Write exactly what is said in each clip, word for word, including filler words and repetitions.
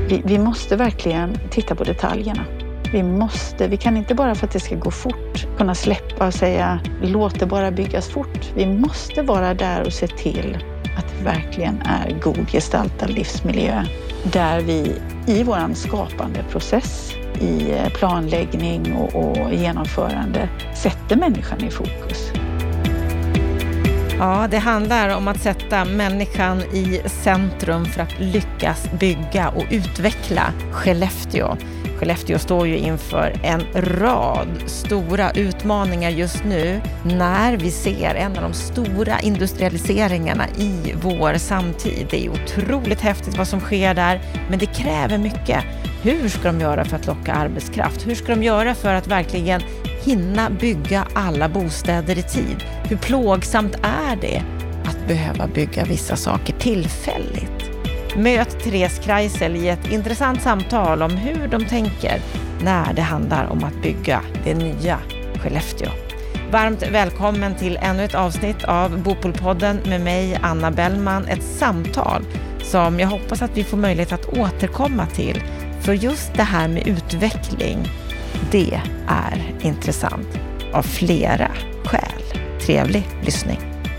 Vi, vi måste verkligen titta på detaljerna. Vi måste, vi kan inte bara för att det ska gå fort kunna släppa och säga låt det bara byggas fort. Vi måste vara där och se till att det verkligen är god gestaltad livsmiljö. Där vi i vår skapande process, i planläggning och, och genomförande sätter människan i fokus. Ja, det handlar om att sätta människan i centrum för att lyckas bygga och utveckla Skellefteå. Skellefteå står ju inför en rad stora utmaningar just nu när vi ser en av de stora industrialiseringarna i vår samtid. Det är otroligt häftigt vad som sker där, men det kräver mycket. Hur ska de göra för att locka arbetskraft? Hur ska de göra för att verkligen hinna bygga alla bostäder i tid? Hur plågsamt är det att behöva bygga vissa saker tillfälligt? Möt Therese Kreisel i ett intressant samtal om hur de tänker när det handlar om att bygga det nya Skellefteå. Varmt välkommen till ännu ett avsnitt av Bopolpodden med mig, Anna Bellman. Ett samtal som jag hoppas att vi får möjlighet att återkomma till. För just det här med utveckling, det är intressant av flera skäl. Trevlig lyssning.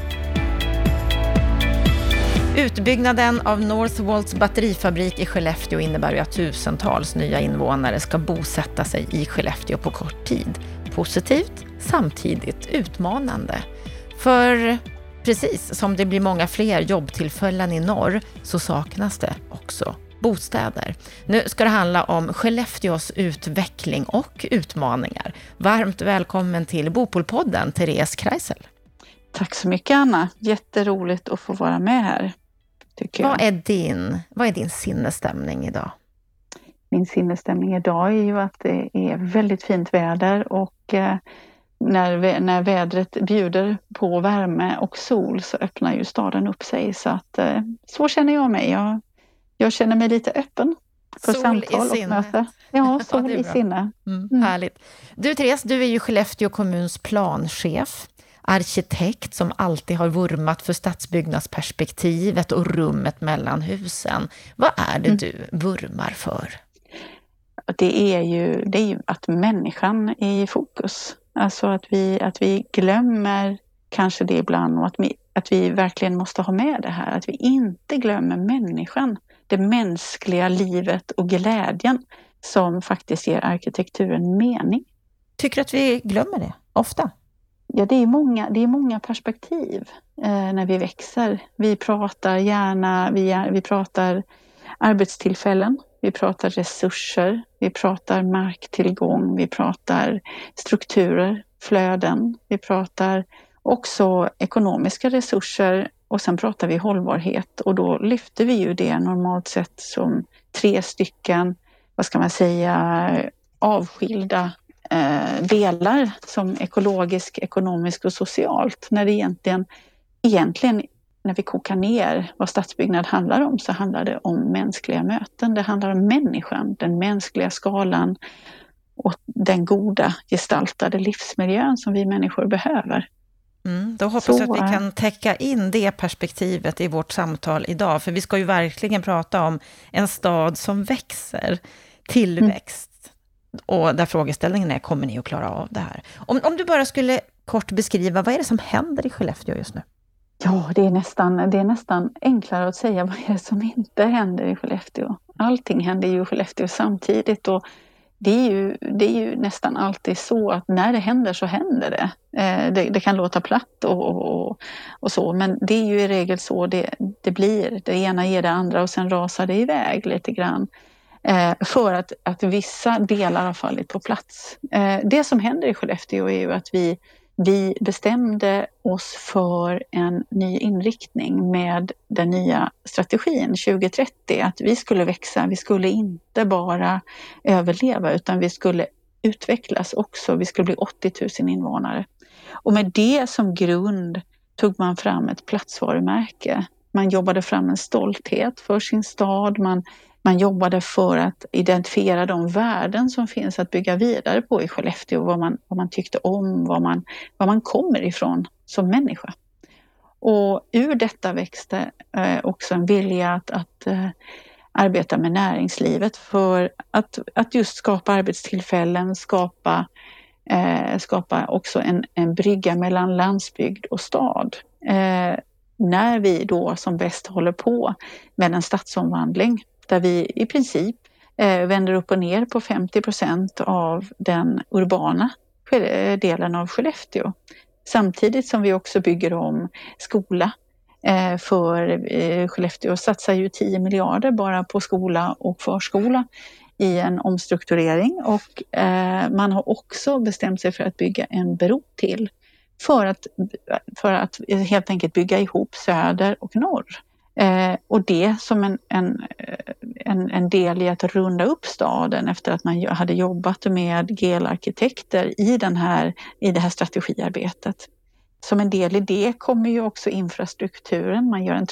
Utbyggnaden av Northvolts batterifabrik i Skellefteå innebär ju att tusentals nya invånare ska bosätta sig i Skellefteå på kort tid. Positivt, samtidigt utmanande. För precis som det blir många fler jobbtillfällen i norr så saknas det också bostäder. Nu ska det handla om Skellefteås utveckling och utmaningar. Varmt välkommen till Bopolpodden, Therese Kreisel. Tack så mycket, Anna. Jätteroligt att få vara med här, tycker jag. Vad är din, vad är din sinnesstämning idag? Min sinnesstämning idag är ju att det är väldigt fint väder och eh, när, när vädret bjuder på värme och sol så öppnar ju staden upp sig. Så, att, eh, så känner jag mig. Jag, jag känner mig lite öppen för sol samtal och möte. Ja, sol ja, i sinne. Mm, mm. Härligt. Du Therese, du är ju Skellefteå kommuns planchef. Arkitekt som alltid har vurmat för stadsbyggnadsperspektivet och rummet mellan husen. Vad är det du vurmar för? Det är ju, det är ju att människan är i fokus. Alltså att vi, att vi glömmer kanske det ibland och att vi, att vi verkligen måste ha med det här. Att vi inte glömmer människan, det mänskliga livet och glädjen som faktiskt ger arkitekturen mening. Tycker du att vi glömmer det ofta? Ja, det är många, det är många perspektiv eh, när vi växer. Vi pratar gärna, vi, vi pratar arbetstillfällen, vi pratar resurser, vi pratar marktillgång, vi pratar strukturer, flöden, vi pratar också ekonomiska resurser och sen pratar vi hållbarhet och då lyfter vi ju det normalt sett som tre stycken, vad ska man säga, avskilda delar som ekologisk, ekonomisk och socialt. När det egentligen, egentligen när vi kokar ner vad stadsbyggnad handlar om så handlar det om mänskliga möten. Det handlar om människan, den mänskliga skalan och den goda gestaltade livsmiljön som vi människor behöver. Mm, då hoppas jag att vi kan täcka in det perspektivet i vårt samtal idag. För vi ska ju verkligen prata om en stad som växer, tillväxt. Mm. Och där frågeställningen är, kommer ni att klara av det här? Om, om du bara skulle kort beskriva, vad är det som händer i Skellefteå just nu? Ja, det är nästan, det är nästan enklare att säga vad är det som inte händer i Skellefteå. Allting händer ju i Skellefteå samtidigt och det är ju, det är ju nästan alltid så att när det händer så händer det. Eh, det, det kan låta platt och, och, och så, men det är ju i regel så det, det blir. Det ena ger det andra och sen rasar det iväg lite grann. För att, att vissa delar har fallit på plats. Det som händer i Skellefteå är ju att vi, vi bestämde oss för en ny inriktning med den nya strategin tjugo trettio. Att vi skulle växa, vi skulle inte bara överleva utan vi skulle utvecklas också. Vi skulle bli åttio tusen invånare. Och med det som grund tog man fram ett platsvarumärke. Man jobbade fram en stolthet för sin stad. Man Man jobbade för att identifiera de värden som finns att bygga vidare på i Skellefteå. Vad man, vad man tyckte om, vad man, vad man kommer ifrån som människa. Och ur detta växte eh, också en vilja att, att, eh, arbeta med näringslivet för att, att just skapa arbetstillfällen, skapa, eh, skapa också en, en brygga mellan landsbygd och stad. Eh, när vi då som bäst håller på med en stadsomvandling där vi i princip eh, vänder upp och ner på femtio procent av den urbana delen av Skellefteå. Samtidigt som vi också bygger om skola. Eh, för eh, Skellefteå satsar ju tio miljarder bara på skola och förskola i en omstrukturering, och eh, man har också bestämt sig för att bygga en bro till för att, för att helt enkelt bygga ihop söder och norr. Eh, och det som en, en, en, en del i att runda upp staden efter att man hade jobbat med G L-arkitekter i, den här, i det här strategiarbetet. Som en del i det kommer ju också infrastrukturen, man gör en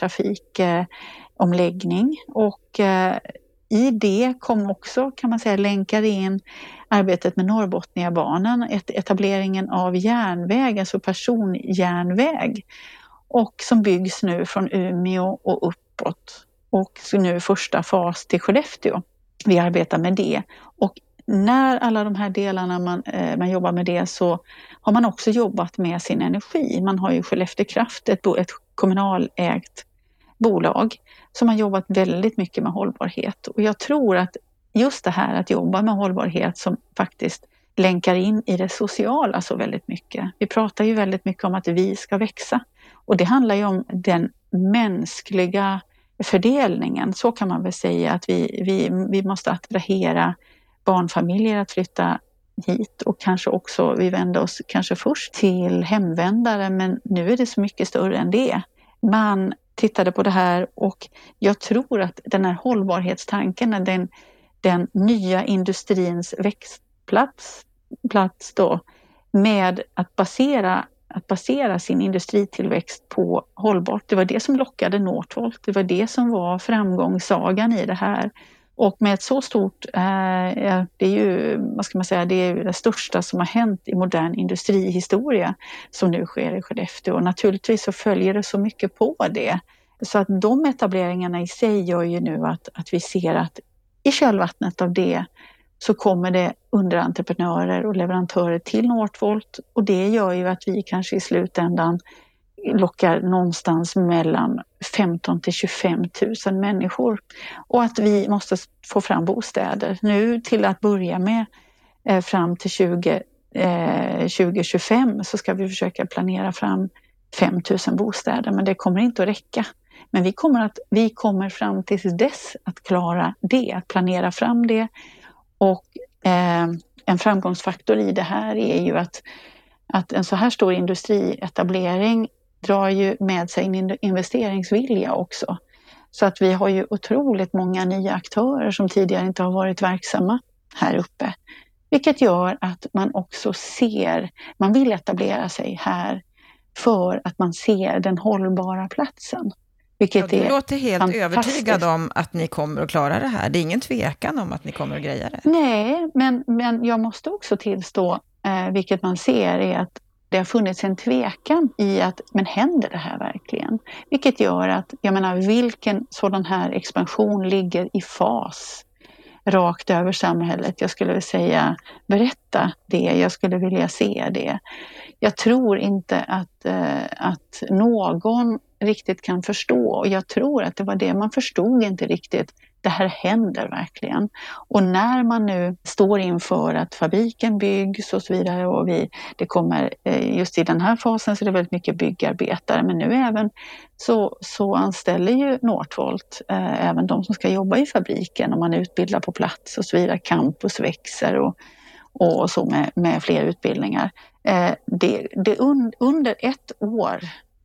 trafikomläggning, och eh, i det kom också, kan man säga, länkar in arbetet med Norrbotniabanan, ett, etableringen av järnväg, alltså personjärnväg, och som byggs nu från Umeå och uppåt, och nu första fas till Skellefteå. Vi arbetar med det, och när alla de här delarna man, eh, man jobbar med det, så har man också jobbat med sin energi. Man har ju Skellefteå Kraft, ett, ett kommunalägt bolag som har jobbat väldigt mycket med hållbarhet. Och jag tror att just det här att jobba med hållbarhet som faktiskt länkar in i det sociala så väldigt mycket. Vi pratar ju väldigt mycket om att vi ska växa. Och det handlar ju om den mänskliga fördelningen. Så kan man väl säga, att vi, vi, vi måste attrahera barnfamiljer att flytta hit, och kanske också, vi vänder oss kanske först till hemvändare, men nu är det så mycket större än det. Man tittade på det här, och jag tror att den här hållbarhetstanken, den, den nya industrins växtplats plats då, med att basera, att basera sin industritillväxt på hållbart, det var det som lockade Northvolt, det var det som var framgångssagan i det här. Och med ett så stort, eh, det är ju, vad ska man säga, det är det största som har hänt i modern industrihistoria som nu sker i Skellefteå. Och naturligtvis så följer det så mycket på det. Så att de etableringarna i sig gör ju nu att, att vi ser att i kölvattnet av det så kommer det underentreprenörer och leverantörer till Northvolt. Och det gör ju att vi kanske i slutändan lockar någonstans mellan femton till tjugofem tusen människor, och att vi måste få fram bostäder. Nu till att börja med eh, fram till tjugo tjugofem så ska vi försöka planera fram fem tusen bostäder, men det kommer inte att räcka. Men vi kommer, att, vi kommer fram till dess att klara det, att planera fram det. Och eh, en framgångsfaktor i det här är ju att, att en så här stor industrietablering drar ju med sig en investeringsvilja också. Så att vi har ju otroligt många nya aktörer som tidigare inte har varit verksamma här uppe. Vilket gör att man också ser, man vill etablera sig här för att man ser den hållbara platsen. Vilket ja, du är låter helt övertygad om att ni kommer att klara det här. Det är ingen tvekan om att ni kommer att greja det. Nej, men, men jag måste också tillstå, eh, vilket man ser, är att det har funnits en tvekan i att, men händer det här verkligen? Vilket gör att, jag menar, vilken sådan här expansion ligger i fas rakt över samhället? Jag skulle vilja säga, berätta det, jag skulle vilja se det. Jag tror inte att, eh, att någon riktigt kan förstå, och jag tror att det var det man förstod inte riktigt. Det här händer verkligen. Och när man nu står inför att fabriken byggs och så vidare, och vi, det kommer just i den här fasen så är det väldigt mycket byggarbetare, men nu även så, så anställer ju Northvolt eh, även de som ska jobba i fabriken, och man utbildar på plats och så vidare. Campus växer och, och så med, med fler utbildningar. Eh, det, det un, under ett år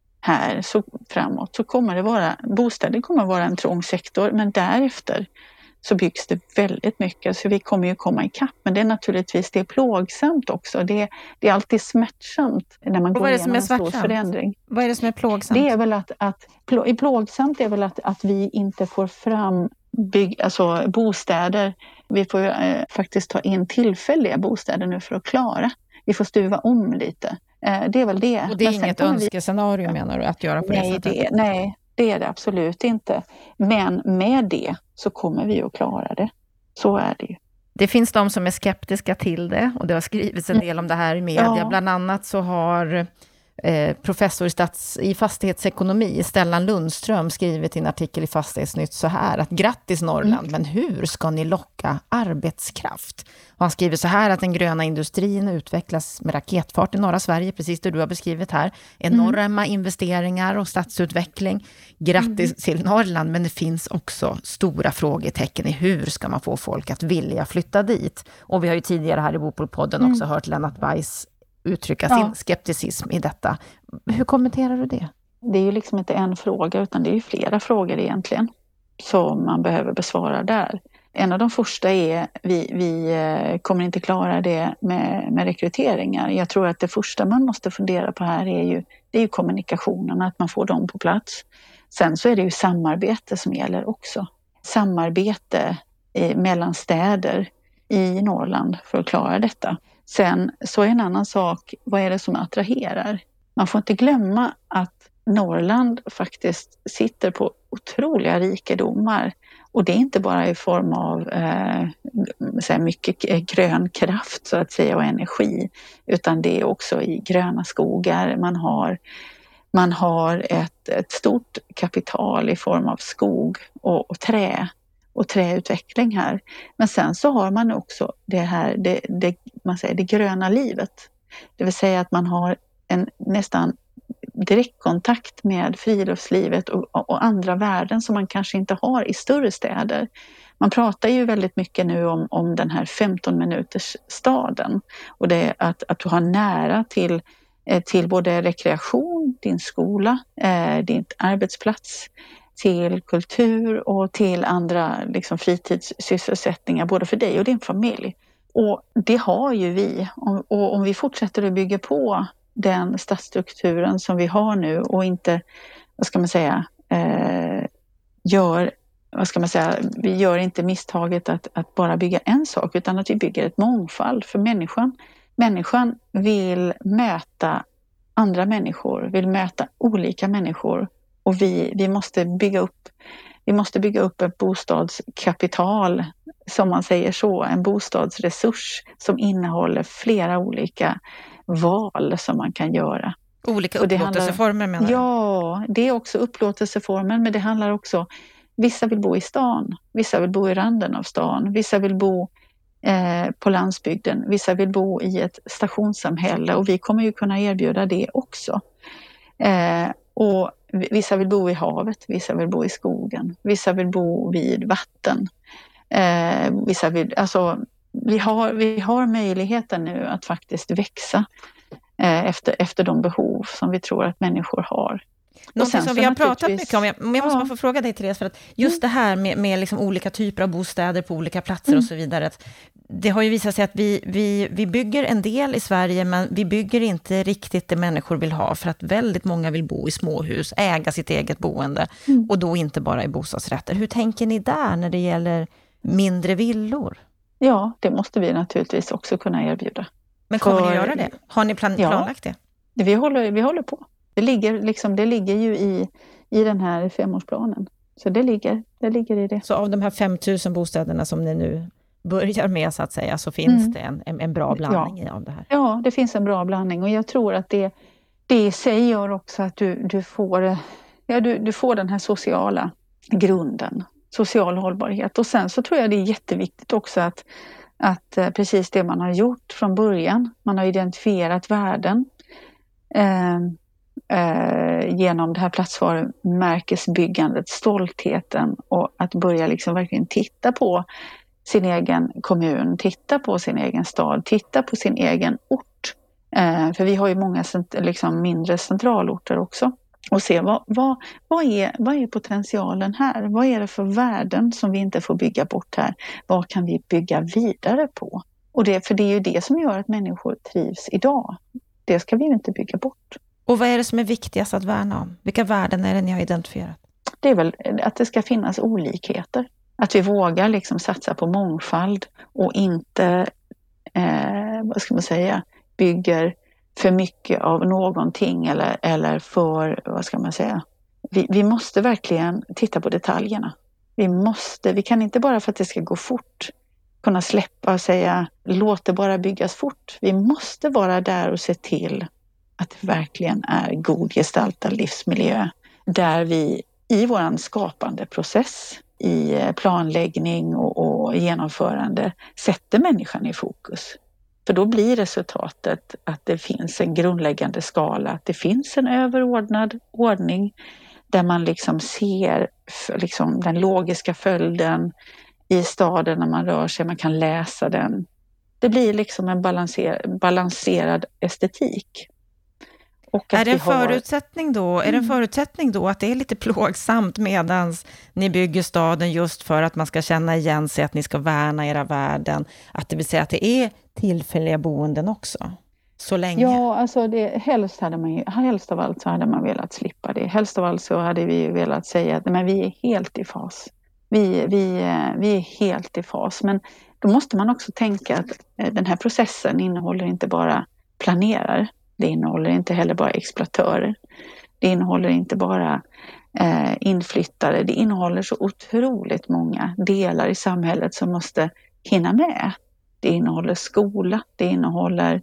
här så framåt så kommer det vara, bostäder kommer att vara en trång sektor, men därefter så byggs det väldigt mycket, så vi kommer ju komma ikapp. Men det är naturligtvis, det är plågsamt också. Det, det är alltid smärtsamt när man går igenom en stor förändring. Vad är det som är plågsamt? Det är väl att, att plågsamt är väl att, att vi inte får fram bygg, alltså bostäder. Vi får eh, faktiskt ta in tillfälliga bostäder nu för att klara. Vi får stuva om lite. Det är väl det. Och det är inget önskescenario vi... menar du, att göra på nej, det sättet? Det, nej, det är det absolut inte. Men med det så kommer vi att klara det. Så är det ju. Det finns de som är skeptiska till det och det har skrivits en del om det här i media. Ja. Bland annat så har eh, professor i, stats, i fastighetsekonomi Stellan Lundström skrivit i en artikel i Fastighetsnytt så här att grattis Norrland, mm. men hur ska ni locka arbetskraft? Och han skriver så här att den gröna industrin utvecklas med raketfart i norra Sverige, precis det du har beskrivit här. Enorma mm. investeringar och stadsutveckling. Grattis mm. till Norrland, men det finns också stora frågetecken i hur ska man få folk att vilja flytta dit. Och vi har ju tidigare här i Bopolpodden mm. också hört Lennart Weiss uttrycka ja. sin skepticism i detta. Hur kommenterar du det? Det är ju liksom inte en fråga utan det är ju flera frågor egentligen som man behöver besvara där. En av de första är vi, vi kommer inte klara det med, med rekryteringar. Jag tror att det första man måste fundera på här är ju, det är ju kommunikationen, att man får dem på plats. Sen så är det ju samarbete som gäller också. Samarbete i, mellan städer i Norrland för att klara detta. Sen så är en annan sak, vad är det som attraherar? Man får inte glömma att Norrland faktiskt sitter på otroliga rikedomar. Och det är inte bara i form av eh, så mycket grön kraft så att säga och energi. Utan det är också i gröna skogar. Man har, man har ett, ett stort kapital i form av skog och, och trä. Och träutveckling här. Men sen så har man också det här, det, det, man säger, det gröna livet. Det vill säga att man har en nästan direktkontakt med friluftslivet och, och andra värden som man kanske inte har i större städer. Man pratar ju väldigt mycket nu om, om den här femton minuters staden. Och det är att, att du har nära till, till både rekreation, din skola, eh, din arbetsplats, till kultur och till andra liksom, fritidssysselsättningar både för dig och din familj. Och det har ju vi. Och, och om vi fortsätter att bygga på den stadsstrukturen som vi har nu och inte, vad ska man säga, eh, gör, vad ska man säga, vi gör inte misstaget att, att bara bygga en sak utan att vi bygger ett mångfald för människan. Människan vill möta andra människor, vill möta olika människor. Och vi, vi, måste bygga upp, vi måste bygga upp ett bostadskapital, som man säger så, en bostadsresurs som innehåller flera olika val som man kan göra. Olika upplåtelseformer menar du? Ja, det är också upplåtelseformer, men det handlar också, vissa vill bo i stan, vissa vill bo i randen av stan, vissa vill bo eh, på landsbygden, vissa vill bo i ett stationssamhälle och vi kommer ju kunna erbjuda det också. Eh, och vissa vill bo i havet, vissa vill bo i skogen, vissa vill bo vid vatten. Eh, vissa vill, alltså, vi, har, vi har möjligheten nu att faktiskt växa eh, efter, efter de behov som vi tror att människor har. Någonting som vi har pratat mycket om, men jag måste ja. bara få fråga dig Therese, för att just mm. det här med, med liksom olika typer av bostäder på olika platser mm. och så vidare, att det har ju visat sig att vi, vi, vi bygger en del i Sverige, men vi bygger inte riktigt det människor vill ha, för att väldigt många vill bo i småhus, äga sitt eget boende mm. och då inte bara i bostadsrätter. Hur tänker ni där när det gäller mindre villor? Ja, det måste vi naturligtvis också kunna erbjuda. Men kommer för, ni göra det? Har ni plan- ja, planlagt det? Vi håller, vi håller på. Det ligger, liksom, det ligger ju i, i den här femårsplanen. Så det ligger, det ligger i det. Så av de här fem tusen bostäderna som ni nu börjar med så att säga, så finns mm. det en, en, en bra blandning ja. av det här? Ja, det finns en bra blandning. Och jag tror att det, det i sig gör också att du, du, får, ja, du, du får den här sociala grunden. Social hållbarhet. Och sen så tror jag det är jätteviktigt också att, att precis det man har gjort från början. Man har identifierat värden. Eh, Eh, genom det här platsvarumärkesbyggandet, stoltheten och att börja liksom verkligen titta på sin egen kommun, titta på sin egen stad, titta på sin egen ort. Eh, för vi har ju många liksom, mindre centralorter också. Och se vad, vad, vad, är, vad är potentialen här? Vad är det för värden som vi inte får bygga bort här? Vad kan vi bygga vidare på? Och det, för det är ju det som gör att människor trivs idag. Det ska vi ju inte bygga bort. Och vad är det som är viktigast att värna om? Vilka värden är det ni har identifierat? Det är väl att det ska finnas olikheter. Att vi vågar liksom satsa på mångfald och inte, eh, vad ska man säga, bygger för mycket av någonting eller, eller för, vad ska man säga, vi, vi måste verkligen titta på detaljerna. Vi måste, vi kan inte bara för att det ska gå fort kunna släppa och säga låt det bara byggas fort. Vi måste vara där och se till att det verkligen är god gestaltad livsmiljö där vi i våran skapande process, i planläggning och, och genomförande sätter människan i fokus. För då blir resultatet att det finns en grundläggande skala, att det finns en överordnad ordning där man liksom ser liksom den logiska följden i staden när man rör sig, man kan läsa den. Det blir liksom en balanser, balanserad estetik. Och är det en förutsättning har... då, är det en förutsättning då att det är lite plågsamt medans ni bygger staden just för att man ska känna igen sig, att ni ska värna era värden, att det vill säga att det är tillfälliga boenden också? Så länge? Ja, alltså det, helst, hade man ju, helst av allt så hade man velat slippa det. Helst av allt så hade vi velat säga att men vi är helt i fas. Vi, vi, vi är helt i fas. Men då måste man också tänka att den här processen innehåller inte bara planerare. Det innehåller inte heller bara exploatörer. Det innehåller inte bara eh, inflyttare. Det innehåller så otroligt många delar i samhället som måste hinna med. Det innehåller skola. Det innehåller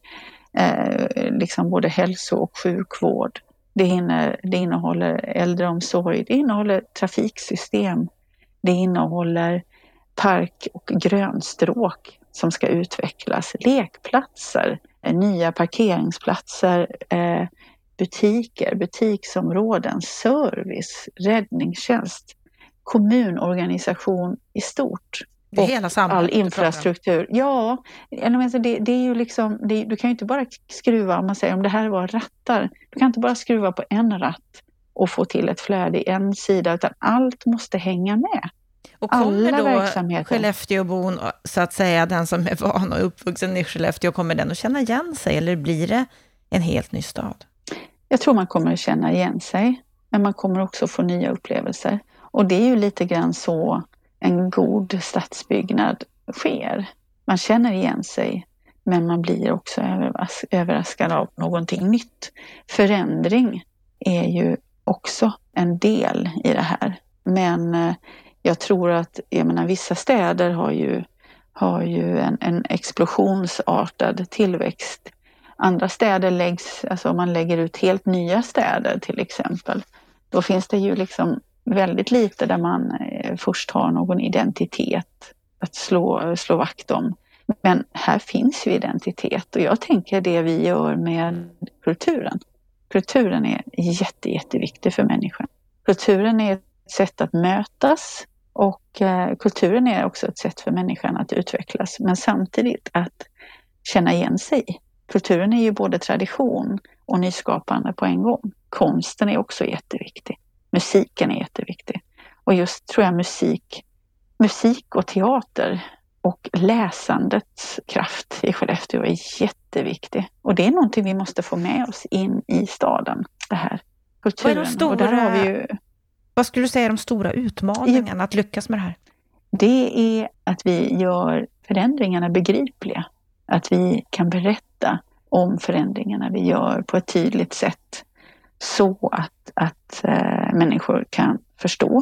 eh, liksom både hälso- och sjukvård. Det, hinner, det innehåller äldreomsorg. Det innehåller trafiksystem. Det innehåller park- och grönstråk som ska utvecklas. Lekplatser. Nya parkeringsplatser, eh, butiker, butiksområden, service, räddningstjänst, kommunorganisation i stort. Det är hela samhället. All infrastruktur. Ja, det, det är ju liksom, det, du kan ju inte bara skruva, om man säger om det här var rattar, du kan inte bara skruva på en ratt och få till ett flöde i en sida, utan allt måste hänga med. Och kommer då Skellefteåbon, så att säga, den som är van och uppvuxen i Skellefteå, kommer den att känna igen sig eller blir det en helt ny stad? Jag tror man kommer att känna igen sig, men man kommer också få nya upplevelser. Och det är ju lite grann så en god stadsbyggnad sker. Man känner igen sig, men man blir också överraskad av någonting nytt. Förändring är ju också en del i det här, men jag tror att jag menar, vissa städer har ju, har ju en, en explosionsartad tillväxt. Andra städer läggs, alltså om man lägger ut helt nya städer till exempel, då finns det ju liksom väldigt lite där man eh, först har någon identitet att slå, slå vakt om. Men här finns ju identitet och jag tänker det vi gör med kulturen. Kulturen är jätte, jätteviktig för människan. Kulturen är ett sätt att mötas. Och eh, kulturen är också ett sätt för människan att utvecklas, men samtidigt att känna igen sig. Kulturen är ju både tradition och nyskapande på en gång. Konsten är också jätteviktig. Musiken är jätteviktig. Och just tror jag musik, musik och teater och läsandets kraft i Skellefteå är jätteviktig. Och det är någonting vi måste få med oss in i staden, det här. Kulturen. Vad är de stora... Och där har vi ju... Vad skulle du säga är de stora utmaningarna att lyckas med det här? Det är att vi gör förändringarna begripliga. Att vi kan berätta om förändringarna vi gör på ett tydligt sätt. Så att, att äh, människor kan förstå.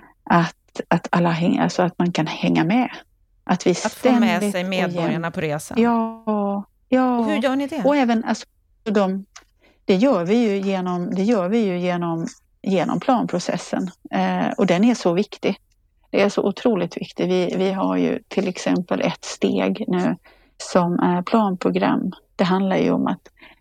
Att, att, alla häng, alltså att man kan hänga med. Att, vi att få med sig medborgarna på resan. Ja, ja. Och hur gör ni det? Och även, alltså, de, det gör vi ju genom... Det gör vi ju genom genom planprocessen. Eh, och den är så viktig. Det är så otroligt viktigt. Vi, vi har ju till exempel ett steg nu som är planprogram. Det handlar ju om att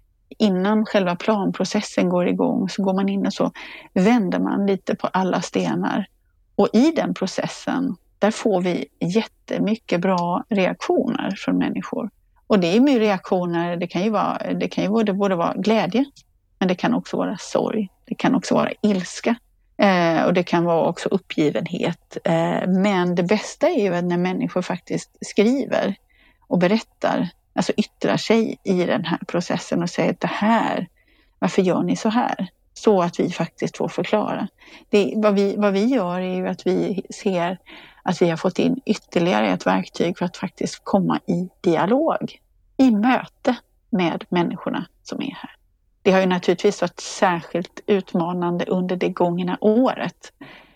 innan själva planprocessen går igång så går man in och så vänder man lite på alla stenar. Och i den processen, där får vi jättemycket bra reaktioner från människor. Och det är ju reaktioner, det kan ju vara, det kan ju både, både vara glädje, men det kan också vara sorg. Det kan också vara ilska. Eh, och det kan vara också uppgivenhet. Eh, men det bästa är ju när människor faktiskt skriver och berättar, alltså yttrar sig i den här processen och säger att det här, varför gör ni så här? Så att vi faktiskt får förklara. Det, vad, vi, vad vi gör är ju att vi ser att vi har fått in ytterligare ett verktyg för att faktiskt komma i dialog, i möte med människorna som är här. Det har ju naturligtvis varit särskilt utmanande under det gångna året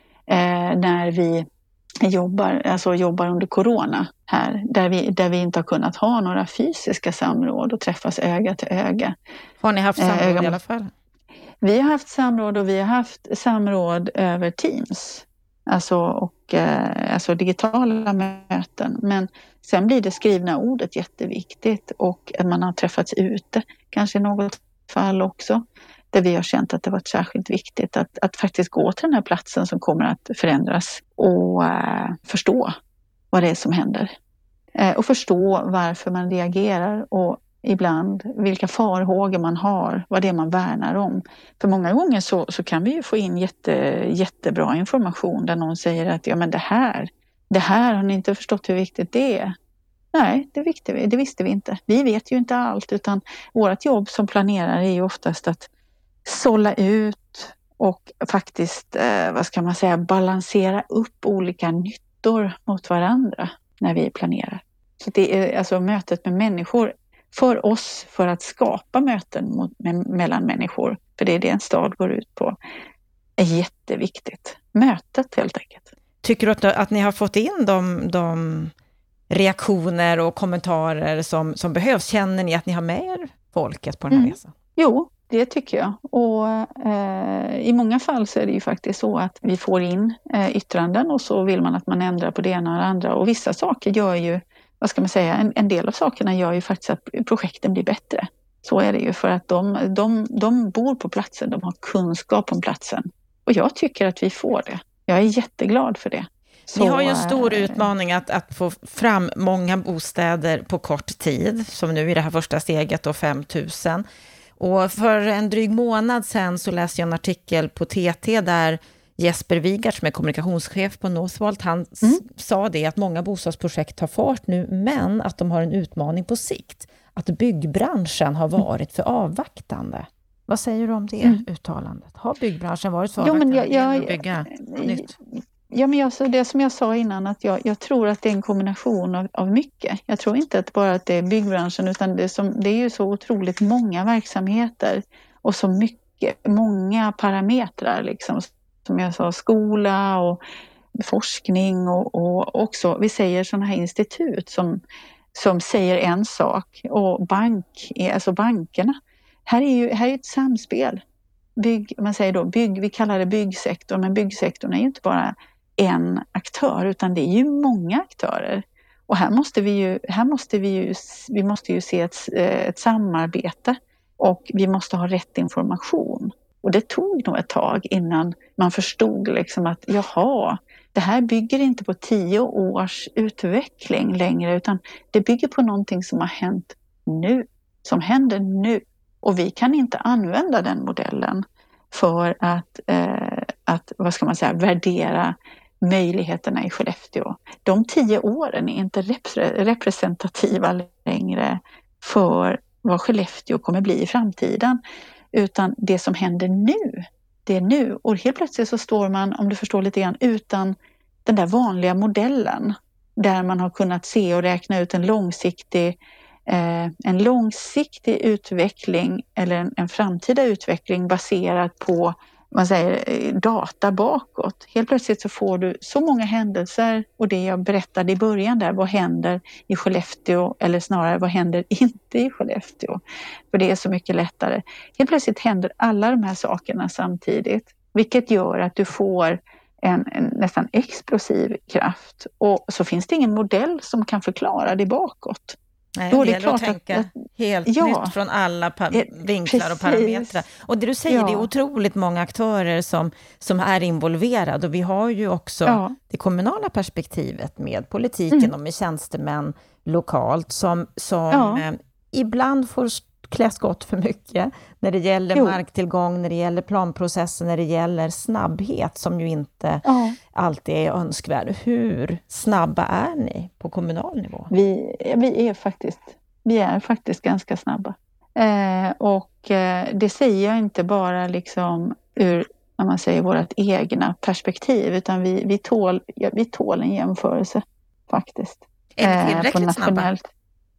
eh, när vi jobbar, alltså jobbar under corona här, där vi, där vi inte har kunnat ha några fysiska samråd och träffas öga till öga. Har ni haft samråd eh, i alla fall? Vi har haft samråd och vi har haft samråd över Teams, alltså, och, eh, alltså digitala möten. Men sen blir det skrivna ordet jätteviktigt och att man har träffats ute, kanske i något fall också, där vi har känt att det varit särskilt viktigt att, att faktiskt gå till den här platsen som kommer att förändras och eh, förstå vad det är som händer. Eh, och förstå varför man reagerar och ibland vilka farhågor man har, vad det är man värnar om. För många gånger så, så kan vi ju få in jätte, jättebra information där någon säger att ja, men det här, det här har ni inte förstått hur viktigt det är. Nej, det, visste vi, det visste vi inte. Vi vet ju inte allt, utan vårt jobb som planerare är ju oftast att sålla ut och faktiskt, eh, vad ska man säga, balansera upp olika nyttor mot varandra när vi planerar. Så det är alltså mötet med människor för oss, för att skapa möten mot, med, mellan människor, för det är det en stad går ut på, är jätteviktigt. Mötet helt enkelt. Tycker du att, att ni har fått in de, de reaktioner och kommentarer som, som behövs? Känner ni att ni har med er folket på den här mm. resan? Jo, det tycker jag. Och eh, i många fall så är det ju faktiskt så att vi får in eh, yttranden och så vill man att man ändrar på det ena och det andra. Och vissa saker gör ju, vad ska man säga, en, en del av sakerna gör ju faktiskt att projekten blir bättre. Så är det ju, för att de, de, de bor på platsen, de har kunskap om platsen. Och jag tycker att vi får det. Jag är jätteglad för det. Så, ni har ju en stor utmaning att, att få fram många bostäder på kort tid, som nu i det här första steget då fem tusen. Och för en dryg månad sedan så läste jag en artikel på T T där Jesper Wigart, som är kommunikationschef på Northvolt, han mm. sa det att många bostadsprojekt tar fart nu, men att de har en utmaning på sikt. Att byggbranschen har varit för avvaktande. Vad säger du om det mm. uttalandet? Har byggbranschen varit för avvaktande? Jo, men jag, jag, att bygga jag, nytt? Ja, men jag, så det som jag sa innan, att jag, jag tror att det är en kombination av, av mycket. Jag tror inte att bara att det är byggbranschen, utan det är, som, det är ju så otroligt många verksamheter och så mycket, många parametrar liksom. Som jag sa, skola och forskning och, och också, vi säger sådana här institut som, som säger en sak, och bank, alltså bankerna. Här är ju här är ett samspel. Bygg, man säger då bygg, vi kallar det byggsektorn, men byggsektorn är ju inte bara en aktör, utan det är ju många aktörer. Och här måste vi ju, här måste vi ju, vi måste ju se ett, ett samarbete, och vi måste ha rätt information. Och det tog nog ett tag innan man förstod liksom att jaha, det här bygger inte på tio års utveckling längre, utan det bygger på någonting som har hänt nu, som händer nu. Och vi kan inte använda den modellen för att, eh, att vad ska man säga, värdera möjligheterna i Skellefteå. De tio åren är inte repre- representativa längre för vad Skellefteå kommer bli i framtiden. Utan det som händer nu, det är nu. Och helt plötsligt så står man, om du förstår lite grann, utan den där vanliga modellen. Där man har kunnat se och räkna ut en långsiktig, eh, en långsiktig utveckling eller en, en framtida utveckling baserad på man säger, data bakåt. Helt plötsligt så får du så många händelser, och det jag berättade i början där, vad händer i Skellefteå, eller snarare vad händer inte i Skellefteå? För det är så mycket lättare. Helt plötsligt händer alla de här sakerna samtidigt, vilket gör att du får en, en nästan explosiv kraft, och så finns det ingen modell som kan förklara det bakåt. Nej, då är det, det klart att tänka att, helt ja, nytt från alla pa- vinklar precis. Och parametrar. Och det du säger, ja. Det är otroligt många aktörer som, som är involverade. Och vi har ju också ja. Det kommunala perspektivet med politiken mm. och med tjänstemän lokalt som, som ja. eh, ibland får klä skott för mycket när det gäller jo. marktillgång, när det gäller planprocessen, när det gäller snabbhet som ju inte ja. alltid är önskvärd. Hur snabba är ni på kommunal nivå? Vi, vi, är, faktiskt, vi är faktiskt ganska snabba. Eh, och eh, det säger jag inte bara liksom ur när man säger vårt egna perspektiv, utan vi, vi, tål, ja, vi tål en jämförelse faktiskt. Är ni tillräckligt eh, snabba?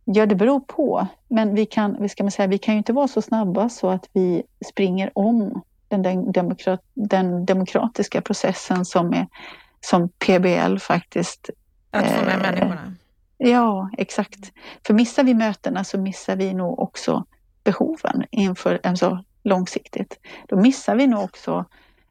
Ja, det beror på. Men vi kan, vi ska man säga, vi kan ju inte vara så snabba så att vi springer om den, den, demokrat, den demokratiska processen som, är, som P B L faktiskt... Att få med eh, människorna. Ja, exakt. För missar vi mötena så missar vi nog också behoven inför en så långsiktigt. Då missar vi nog också,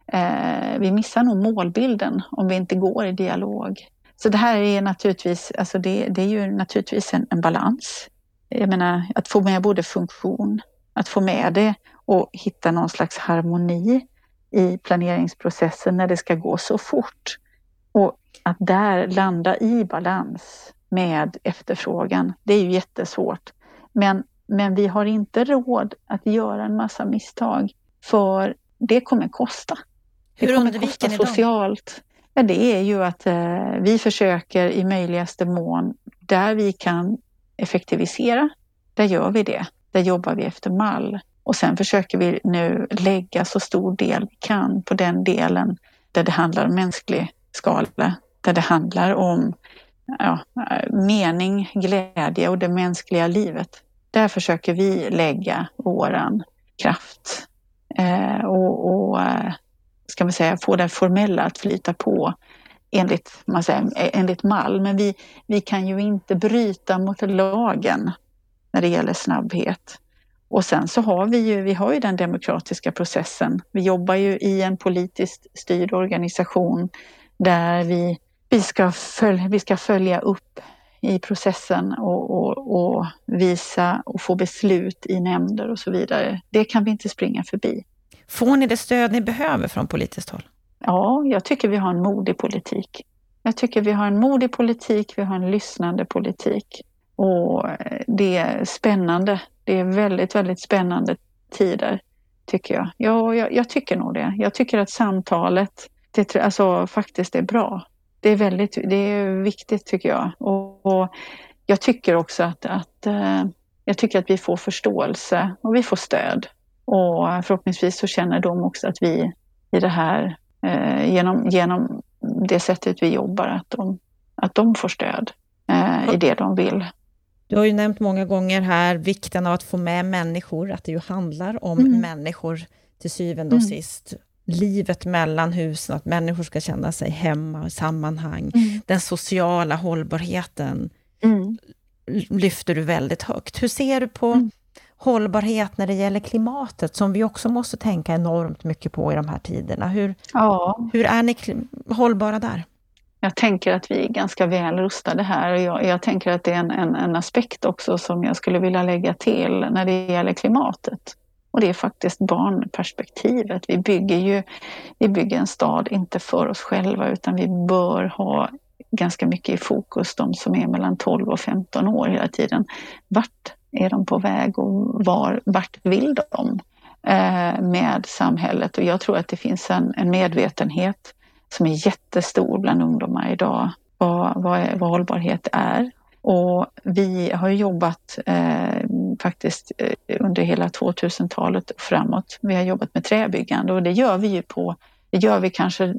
eh, vi missar nog målbilden om vi inte går i dialog. Så det här är naturligtvis, alltså det, det är ju naturligtvis en, en balans. Jag menar, att få med både funktion, att få med det och hitta någon slags harmoni i planeringsprocessen när det ska gå så fort. Och att där landa i balans med efterfrågan, det är ju jättesvårt. Men, men vi har inte råd att göra en massa misstag, för det kommer kosta. Det Hur kommer kosta socialt. Ja, det är ju att eh, vi försöker i möjligaste mån, där vi kan effektivisera, där gör vi det. Där jobbar vi efter mall. Och sen försöker vi nu lägga så stor del vi kan på den delen där det handlar om mänsklig skala, där det handlar om ja, mening, glädje och det mänskliga livet. Där försöker vi lägga våran kraft eh, och, och ska man säga, få det formella att flyta på enligt, man säger, enligt mall. Men vi, vi kan ju inte bryta mot lagen när det gäller snabbhet. Och sen så har vi ju, vi har ju den demokratiska processen. Vi jobbar ju i en politiskt styrd organisation där vi, vi, ska, följa, vi ska följa upp i processen och, och, och visa och få beslut i nämnder och så vidare. Det kan vi inte springa förbi. Får ni det stöd ni behöver från politiskt håll? Ja, jag tycker vi har en modig politik. Jag tycker vi har en modig politik, vi har en lyssnande politik. Och det är spännande. Det är väldigt, väldigt spännande tider, tycker jag. Ja, jag, jag tycker nog det. Jag tycker att samtalet det, alltså, faktiskt är bra. Det är väldigt, det är viktigt, tycker jag. Och, och jag tycker också att, att, jag tycker att vi får förståelse och vi får stöd. Och förhoppningsvis så känner de också att vi i det här, eh, genom, genom det sättet vi jobbar, att de, att de får stöd eh, i det de vill. Du har ju nämnt många gånger här vikten av att få med människor, att det ju handlar om mm. människor till syvende och mm. sist. Livet mellan husen, att människor ska känna sig hemma och sammanhang. Mm. Den sociala hållbarheten mm. lyfter du väldigt högt. Hur ser du på mm. hållbarhet när det gäller klimatet, som vi också måste tänka enormt mycket på i de här tiderna? Hur, ja. hur är ni hållbara där? Jag tänker att vi är ganska väl rustade här, och jag, jag tänker att det är en, en, en aspekt också som jag skulle vilja lägga till när det gäller klimatet. Och det är faktiskt barnperspektivet. Vi bygger ju vi bygger en stad inte för oss själva, utan vi bör ha ganska mycket i fokus de som är mellan tolv och femton år hela tiden. Vart är de på väg och var, vart vill de eh, med samhället? Och jag tror att det finns en, en medvetenhet som är jättestor bland ungdomar idag, vad, vad, är, vad hållbarhet är. Och vi har jobbat eh, faktiskt eh, under hela tvåtusentalet och framåt. Vi har jobbat med träbyggande, och det gör vi ju på, det gör vi kanske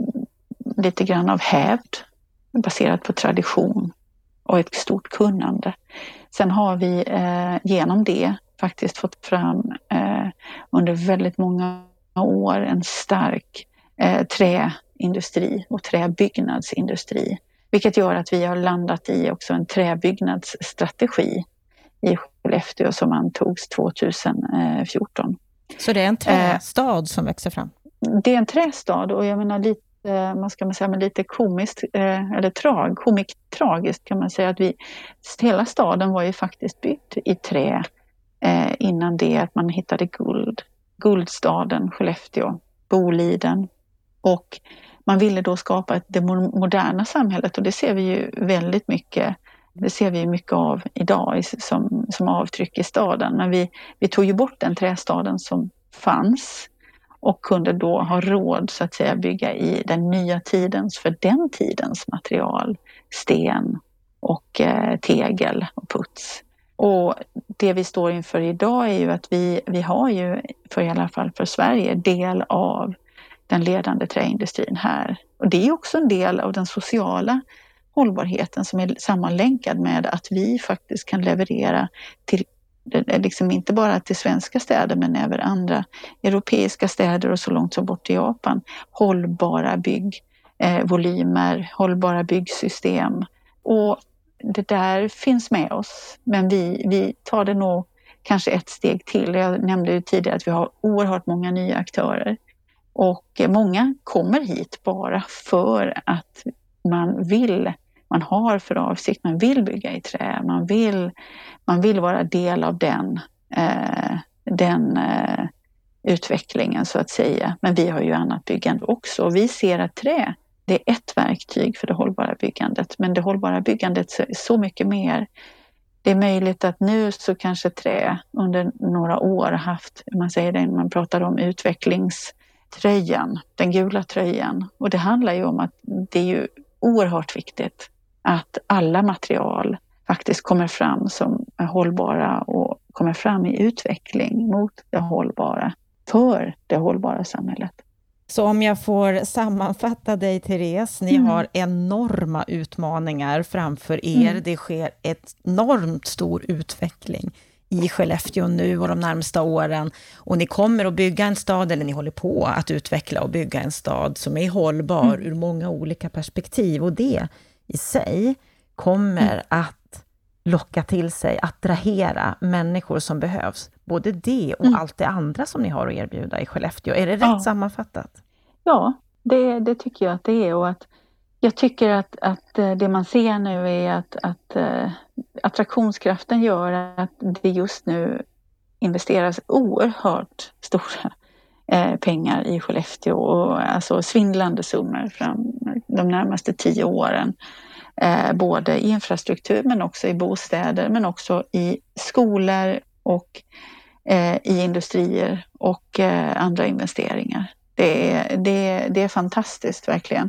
lite grann av hävd, baserat på tradition och ett stort kunnande. Sen har vi eh, genom det faktiskt fått fram eh, under väldigt många år en stark eh, träindustri och träbyggnadsindustri. Vilket gör att vi har landat i också en träbyggnadsstrategi i Skellefteå som antogs tjugohundrafjorton. Så det är en trästad eh, som växer fram? Det är en trästad, och jag menar lite, man ska man säga, men lite komiskt, eh, eller trag, komik tragiskt kan man säga, att vi, hela staden var ju faktiskt byggd i trä eh, innan det att man hittade guld. Guldstaden, Skellefteå, Boliden, och man ville då skapa ett, det moderna samhället, och det ser vi ju väldigt mycket, det ser vi mycket av idag som, som avtryck i staden. Men vi, vi tog ju bort den trästaden som fanns och kunde då ha råd så att säga bygga i den nya tidens, för den tidens material, sten och eh, tegel och puts. Och det vi står inför idag är ju att vi, vi har ju, för i alla fall för Sverige, del av den ledande träindustrin här. Och det är också en del av den sociala hållbarheten som är sammanlänkad med att vi faktiskt kan leverera till, liksom inte bara till svenska städer men även andra europeiska städer och så långt som bort till Japan, hållbara byggvolymer, eh, hållbara byggsystem. Och det där finns med oss, men vi, vi tar det nog kanske ett steg till. Jag nämnde ju tidigare att vi har oerhört många nya aktörer och många kommer hit bara för att man vill, man har för avsikt, man vill bygga i trä, man vill, man vill vara del av den, eh, den eh, utvecklingen så att säga. Men vi har ju annat byggande också. Vi ser att trä, det är ett verktyg för det hållbara byggandet, men det hållbara byggandet är så mycket mer. Det är möjligt att nu så kanske trä under några år haft, man säger det, man pratar om utvecklingströjan, den gula tröjan. Och det handlar ju om att det är ju oerhört viktigt att alla material faktiskt kommer fram som är hållbara och kommer fram i utveckling mot det hållbara, för det hållbara samhället. Så om jag får sammanfatta dig, Therese, ni mm. har enorma utmaningar framför er. Mm. Det sker ett enormt stor utveckling i Skellefteå nu och de närmsta åren. Och ni kommer att bygga en stad, eller ni håller på att utveckla och bygga en stad som är hållbar mm. ur många olika perspektiv. Och det i sig kommer mm. att locka till sig, attrahera människor som behövs. Både det och mm. allt det andra som ni har att erbjuda i Skellefteå. Är det rätt ja. sammanfattat? Ja, det, det tycker jag att det är. Och att jag tycker att, att det man ser nu är att, att äh, attraktionskraften gör att det just nu investeras oerhört stora äh, pengar i Skellefteå. Och, alltså svindlande summor fram de närmaste tio åren. Eh, både i infrastruktur men också i bostäder, men också i skolor och eh, i industrier och eh, andra investeringar. Det är, det, det är fantastiskt verkligen.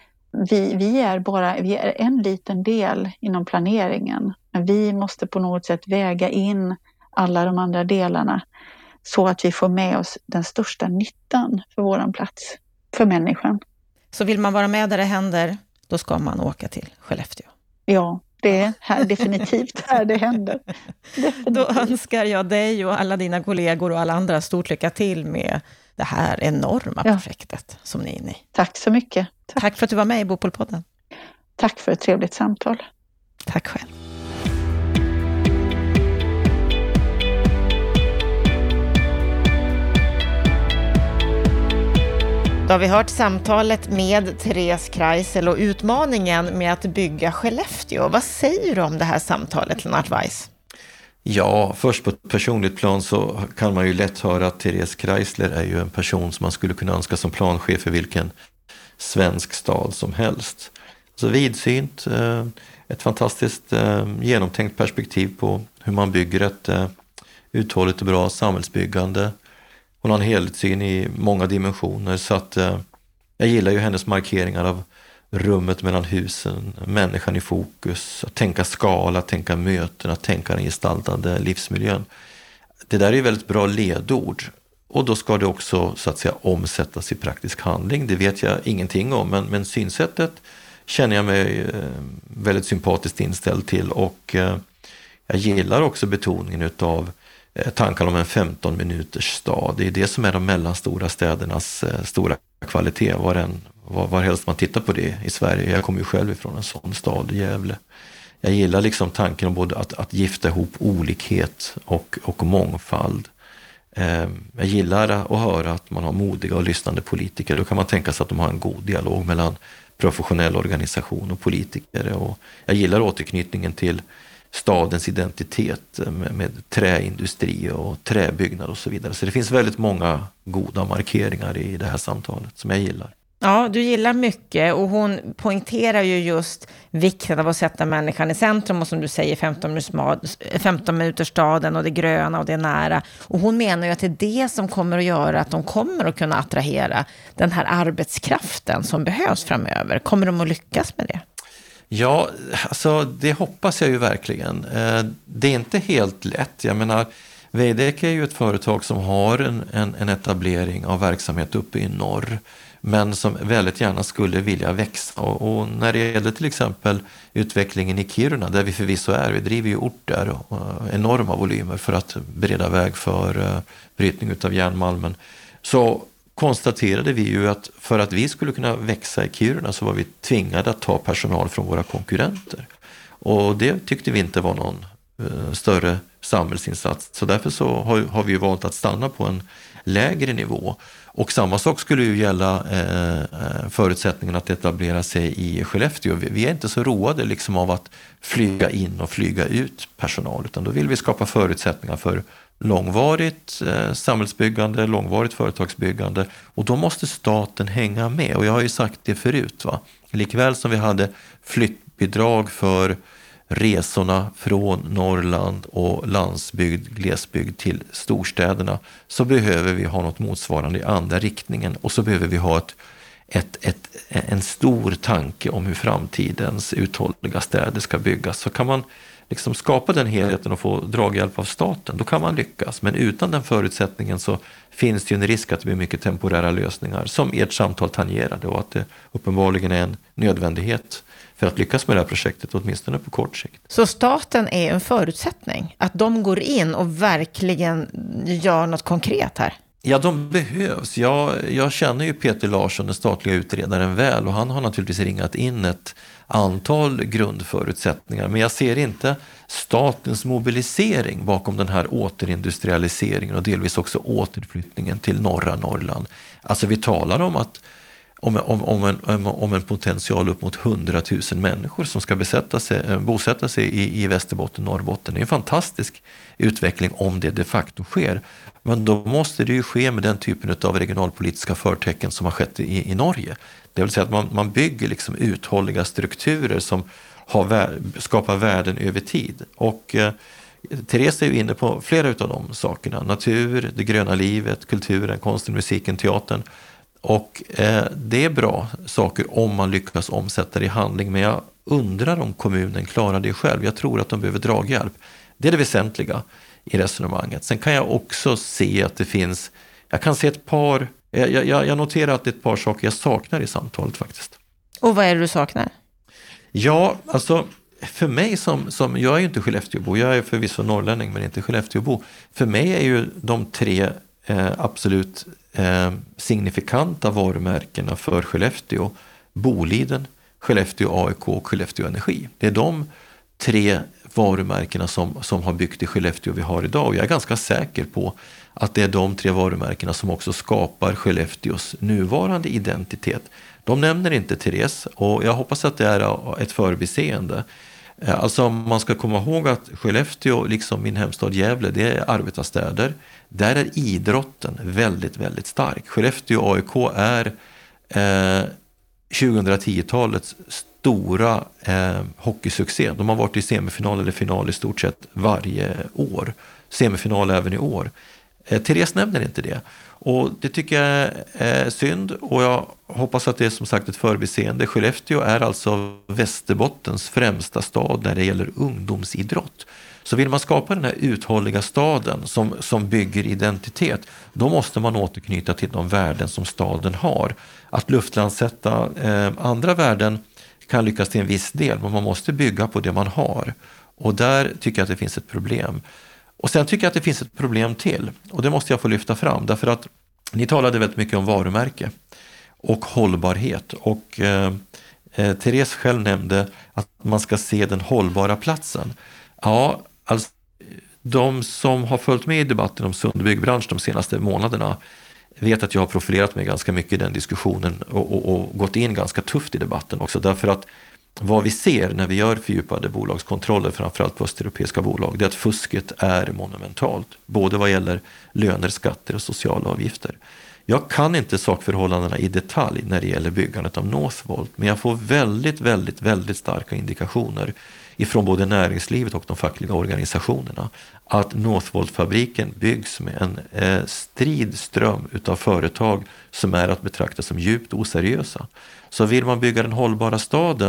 Vi, vi är bara vi är en liten del inom planeringen, men vi måste på något sätt väga in alla de andra delarna så att vi får med oss den största nyttan för våran plats, för människan. Så vill man vara med där det händer, då ska man åka till Skellefteå. Ja, det är här, definitivt här det händer. Definitivt. Då önskar jag dig och alla dina kollegor och alla andra stort lycka till med det här enorma ja. projektet som ni är inne i. Tack så mycket. Tack, Tack för att du var med i Bopolpodden. Tack för ett trevligt samtal. Tack själv. Då har vi hört samtalet med Therese Kreisel och utmaningen med att bygga Skellefteå. Vad säger du om det här samtalet, Lennart Weiss? Ja, först på ett personligt plan så kan man ju lätt höra att Therese Kreisler är ju en person som man skulle kunna önska som planchef för vilken svensk stad som helst. Så vidsynt, ett fantastiskt genomtänkt perspektiv på hur man bygger ett uthålligt och bra samhällsbyggande. Hon har en helhetssyn i många dimensioner, så att eh, jag gillar ju hennes markeringar av rummet mellan husen, människan i fokus, att tänka skala, att tänka möten, att tänka den gestaltande livsmiljön. Det där är ju väldigt bra ledord, och då ska det också så att säga omsättas i praktisk handling. Det vet jag ingenting om, men, men synsättet känner jag mig eh, väldigt sympatiskt inställd till, och eh, jag gillar också betoningen utav tankar om en femton minuters stad. Det är det som är de mellanstora städernas eh, stora kvalitet, var, en, var, var helst man tittar på det i Sverige. Jag kommer ju själv ifrån en sån stad, Gävle. Jag gillar liksom tanken om både att, att gifta ihop olikhet och, och mångfald. Eh, jag gillar att höra att man har modiga och lyssnande politiker. Då kan man tänka sig att de har en god dialog mellan professionell organisation och politiker. Och jag gillar återknytningen till stadens identitet med, med träindustri och träbyggnad och så vidare. Så det finns väldigt många goda markeringar i det här samtalet som jag gillar. Ja, du gillar mycket, och hon poängterar ju just vikten av att sätta människan i centrum, och som du säger femton minuters staden och det gröna och det nära. Och hon menar ju att det är det som kommer att göra att de kommer att kunna attrahera den här arbetskraften som behövs framöver. Kommer de att lyckas med det? Ja, alltså det hoppas jag ju verkligen. Det är inte helt lätt. Jag menar, Veidekke är ju ett företag som har en, en, en etablering av verksamhet uppe i norr. men som väldigt gärna skulle vilja växa. Och, och när det gäller till exempel utvecklingen i Kiruna, där vi förvisso är, vi driver ju ort där och, och enorma volymer för att bereda väg för uh, brytning utav järnmalmen, så konstaterade vi ju att för att vi skulle kunna växa i Kiruna så var vi tvingade att ta personal från våra konkurrenter. Och det tyckte vi inte var någon uh, större samhällsinsats. Så därför så har, har vi valt att stanna på en lägre nivå. Och samma sak skulle ju gälla eh, förutsättningen att etablera sig i Skellefteå. Vi, vi är inte så roade liksom av att flyga in och flyga ut personal, utan då vill vi skapa förutsättningar för långvarigt eh, samhällsbyggande, långvarigt företagsbyggande, och då måste staten hänga med. Och jag har ju sagt det förut, va? Likväl som vi hade flyttbidrag för resorna från Norrland och landsbygd, glesbygd till storstäderna, så behöver vi ha något motsvarande i andra riktningen, och så behöver vi ha ett, ett, ett, en stor tanke om hur framtidens uthålliga städer ska byggas. Så kan man liksom skapa den helheten och få draghjälp av staten, då kan man lyckas. Men utan den förutsättningen så finns det ju en risk att det blir mycket temporära lösningar som ert samtal tangerade, och att det uppenbarligen är en nödvändighet för att lyckas med det här projektet, åtminstone på kort sikt. Så staten är en förutsättning? Att de går in och verkligen gör något konkret här? Ja, de behövs. Jag, jag känner ju Peter Larsson, den statliga utredaren, väl, och han har naturligtvis ringat in ett antal grundförutsättningar. Men jag ser inte statens mobilisering bakom den här återindustrialiseringen och delvis också återflyttningen till norra Norrland. Alltså vi talar om att Om, om, om, en, om en potential upp mot hundratusen människor som ska besätta sig, bosätta sig i, i Västerbotten, Norrbotten. Det är en fantastisk utveckling om det de facto sker. Men då måste det ju ske med den typen av regionalpolitiska förtecken som har skett i, i Norge. Det vill säga att man, man bygger liksom uthålliga strukturer som har vär, skapar värden över tid. Och eh, Therese är ju inne på flera av de sakerna. Natur, det gröna livet, kulturen, konsten, musiken, teatern. Och eh, det är bra saker om man lyckas omsätta det i handling, men jag undrar om kommunen klarar det själv. Jag tror att de behöver draghjälp. Det är det väsentliga i resonemanget. Sen kan jag också se att det finns, jag kan se ett par, jag, jag, jag noterar att det är ett par saker jag saknar i samtalet faktiskt. Och vad är det du saknar? Ja, alltså för mig som, som jag är ju inte Skellefteåbo, jag är förvisso norrlänning men inte Skellefteåbo. För mig är ju de tre eh, absolut Eh, signifikanta varumärkena för Skellefteå Boliden, Skellefteå A I K och Skellefteå Energi. Det är de tre varumärkena som, som har byggt i Skellefteå vi har idag, och jag är ganska säker på att det är de tre varumärkena som också skapar Skellefteås nuvarande identitet. De nämner inte Therese, och jag hoppas att det är ett förbiseende. Alltså man ska komma ihåg att Skellefteå, liksom min hemstad Gävle, det är arbetarstäder. Där är idrotten väldigt, väldigt stark. Skellefteå A I K är eh, tjugohundratio-talets stora eh, hockeysuccé. De har varit i semifinal eller final i stort sett varje år. Semifinal även i år. Eh, Therese nämner inte det. Och det tycker jag är synd, och jag hoppas att det är som sagt ett förbiseende. Skellefteå är alltså Västerbottens främsta stad när det gäller ungdomsidrott. Så vill man skapa den här uthålliga staden som, som bygger identitet, då måste man återknyta till de värden som staden har. Att luftlandsätta eh, andra värden kan lyckas till en viss del, men man måste bygga på det man har. Och där tycker jag att det finns ett problem. Och sen tycker jag att det finns ett problem till, och det måste jag få lyfta fram, därför att ni talade väldigt mycket om varumärke och hållbarhet, och eh, eh, Therese själv nämnde att man ska se den hållbara platsen. Ja, alltså de som har följt med i debatten om sund byggbransch de senaste månaderna vet att jag har profilerat mig ganska mycket i den diskussionen och, och, och gått in ganska tufft i debatten också, därför att vad vi ser när vi gör fördjupade bolagskontroller, framförallt på östeuropeiska bolag, det är att fusket är monumentalt. Både vad gäller löner, skatter och sociala avgifter. Jag kan inte sakförhållandena i detalj när det gäller byggandet av Northvolt, men jag får väldigt, väldigt, väldigt starka indikationer ifrån både näringslivet och de fackliga organisationerna att Northvolt-fabriken byggs med en eh, strid ström utav företag som är att betrakta som djupt oseriösa. Så vill man bygga den hållbara staden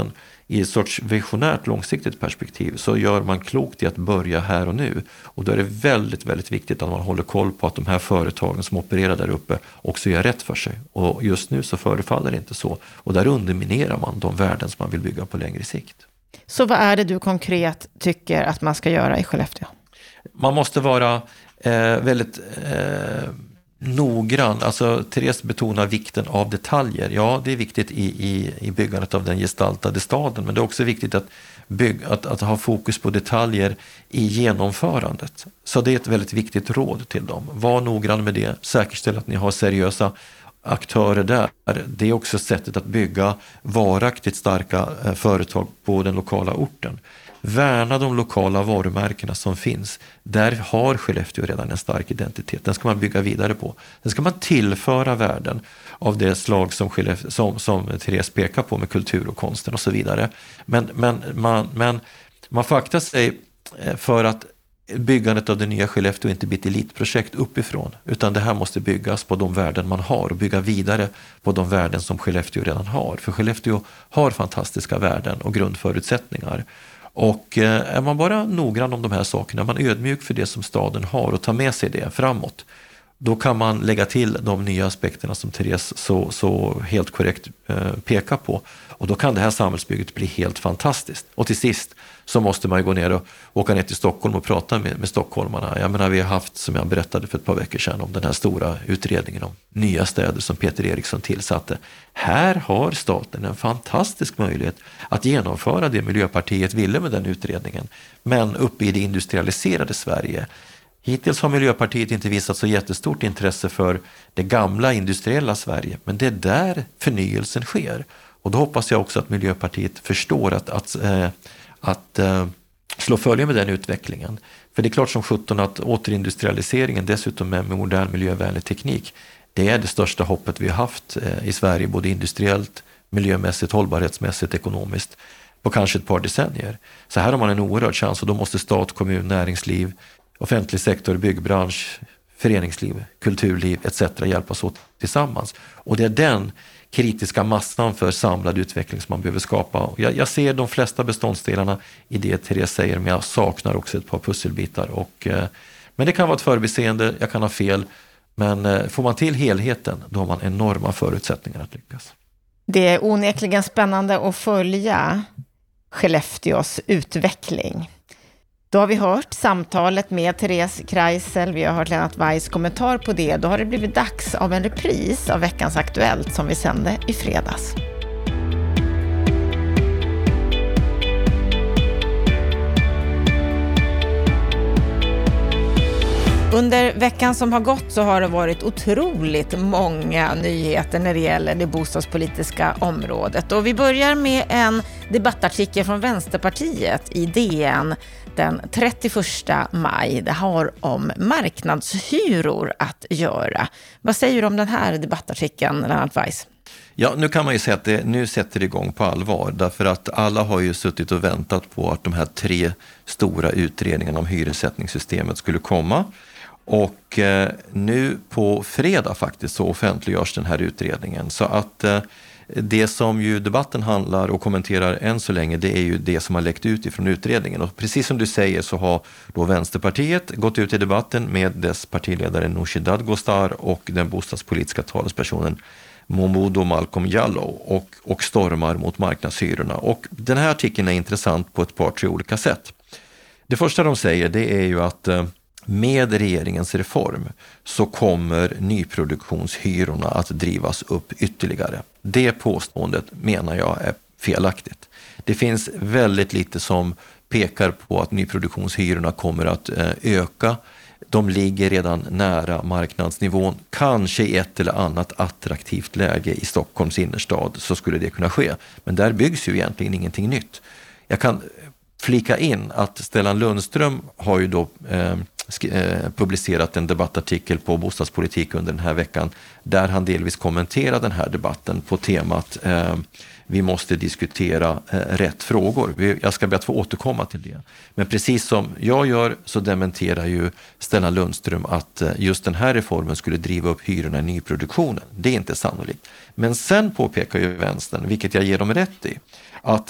i ett sorts visionärt långsiktigt perspektiv så gör man klokt i att börja här och nu. Och då är det väldigt, väldigt viktigt att man håller koll på att de här företagen som opererar där uppe också gör rätt för sig. Och just nu så förefaller det inte så. Och där underminerar man de värden som man vill bygga på längre sikt. Så vad är det du konkret tycker att man ska göra i Skellefteå? Man måste vara eh, väldigt eh, noggrann. Alltså Therese betonar vikten av detaljer. Ja, det är viktigt i, i, i byggandet av den gestaltade staden. Men det är också viktigt att, bygg, att, att ha fokus på detaljer i genomförandet. Så det är ett väldigt viktigt råd till dem. Var noggrann med det. Säkerställ att ni har seriösa aktörer där. Det är också sättet att bygga varaktigt starka eh, företag på den lokala orten. Värna de lokala varumärkena som finns. Där har Skellefteå redan en stark identitet. Den ska man bygga vidare på. Sen ska man tillföra värden av det slag som, Skellefteå, som, som Therese pekar på med kultur och konsten och så vidare. Men, men, man, men man får akta sig för att byggandet av det nya Skellefteå inte blir ett elitprojekt uppifrån. Utan det här måste byggas på de värden man har och bygga vidare på de värden som Skellefteå redan har. För Skellefteå har fantastiska värden och grundförutsättningar. Och är man bara noggrann om de här sakerna, är man ödmjuk för det som staden har och tar med sig det framåt, då kan man lägga till de nya aspekterna som Therese så, så helt korrekt eh, pekar på. Och då kan det här samhällsbygget bli helt fantastiskt. Och till sist så måste man ju gå ner och åka ner till Stockholm och prata med, med stockholmarna. Jag menar, vi har haft, som jag berättade för ett par veckor sedan, om den här stora utredningen om nya städer som Peter Eriksson tillsatte. Här har staten en fantastisk möjlighet att genomföra det Miljöpartiet ville med den utredningen. Men uppe i det industrialiserade Sverige. Hittills har Miljöpartiet inte visat så jättestort intresse för det gamla industriella Sverige. Men det är där förnyelsen sker. Och då hoppas jag också att Miljöpartiet förstår att, att, äh, att äh, slå följe med den utvecklingen. För det är klart som sjutton att återindustrialiseringen, dessutom med modern miljövänlig teknik, det är det största hoppet vi har haft äh, i Sverige, både industriellt, miljömässigt, hållbarhetsmässigt, ekonomiskt, på kanske ett par decennier. Så här har man en oerhörd chans och då måste stat, kommun, näringsliv, offentlig sektor, byggbransch, föreningsliv, kulturliv et cetera hjälpas åt tillsammans. Och det är den kritiska massan för samlad utveckling som man behöver skapa. Jag, jag ser de flesta beståndsdelarna i det Therese säger, men jag saknar också ett par pusselbitar. Och, eh, men det kan vara ett förbiseende, jag kan ha fel, men eh, får man till helheten, då har man enorma förutsättningar att lyckas. Det är onekligen spännande att följa Skellefteås utveckling. Då har vi hört samtalet med Therese Kreisel, vi har hört Lennart Weiss kommentar på det. Då har det blivit dags av en repris av veckans Aktuellt som vi sände i fredags. Under veckan som har gått så har det varit otroligt många nyheter när det gäller det bostadspolitiska området. Och vi börjar med en debattartikel från Vänsterpartiet i D N den trettioförsta maj. Det har om marknadshyror att göra. Vad säger du om den här debattartikeln, Lennart Weiss? Ja, nu kan man ju säga att det, nu sätter det igång på allvar, därför att alla har ju suttit och väntat på att de här tre stora utredningarna om hyressättningssystemet skulle komma. Och eh, nu på fredag faktiskt så offentliggörs den här utredningen. Så att eh, det som ju debatten handlar och kommenterar än så länge, det är ju det som har läckt ut ifrån utredningen. Och precis som du säger så har då Vänsterpartiet gått ut i debatten med dess partiledare Nooshi Dadgostar och den bostadspolitiska talespersonen Momodou Malcolm Jallow och, och stormar mot marknadshyrorna. Och den här artikeln är intressant på ett par tre olika sätt. Det första de säger, det är ju att eh, med regeringens reform så kommer nyproduktionshyrorna att drivas upp ytterligare. Det påståendet menar jag är felaktigt. Det finns väldigt lite som pekar på att nyproduktionshyrorna kommer att öka. De ligger redan nära marknadsnivån. Kanske i ett eller annat attraktivt läge i Stockholms innerstad så skulle det kunna ske. Men där byggs ju egentligen ingenting nytt. Jag kan flika in att Stellan Lundström har ju då eh, publicerat en debattartikel på bostadspolitik under den här veckan där han delvis kommenterar den här debatten på temat eh, vi måste diskutera eh, rätt frågor. Vi, jag ska be att få återkomma till det. Men precis som jag gör så dementerar ju Stellan Lundström att eh, just den här reformen skulle driva upp hyrorna i nyproduktionen. Det är inte sannolikt. Men sen påpekar ju vänstern, vilket jag ger dem rätt i, att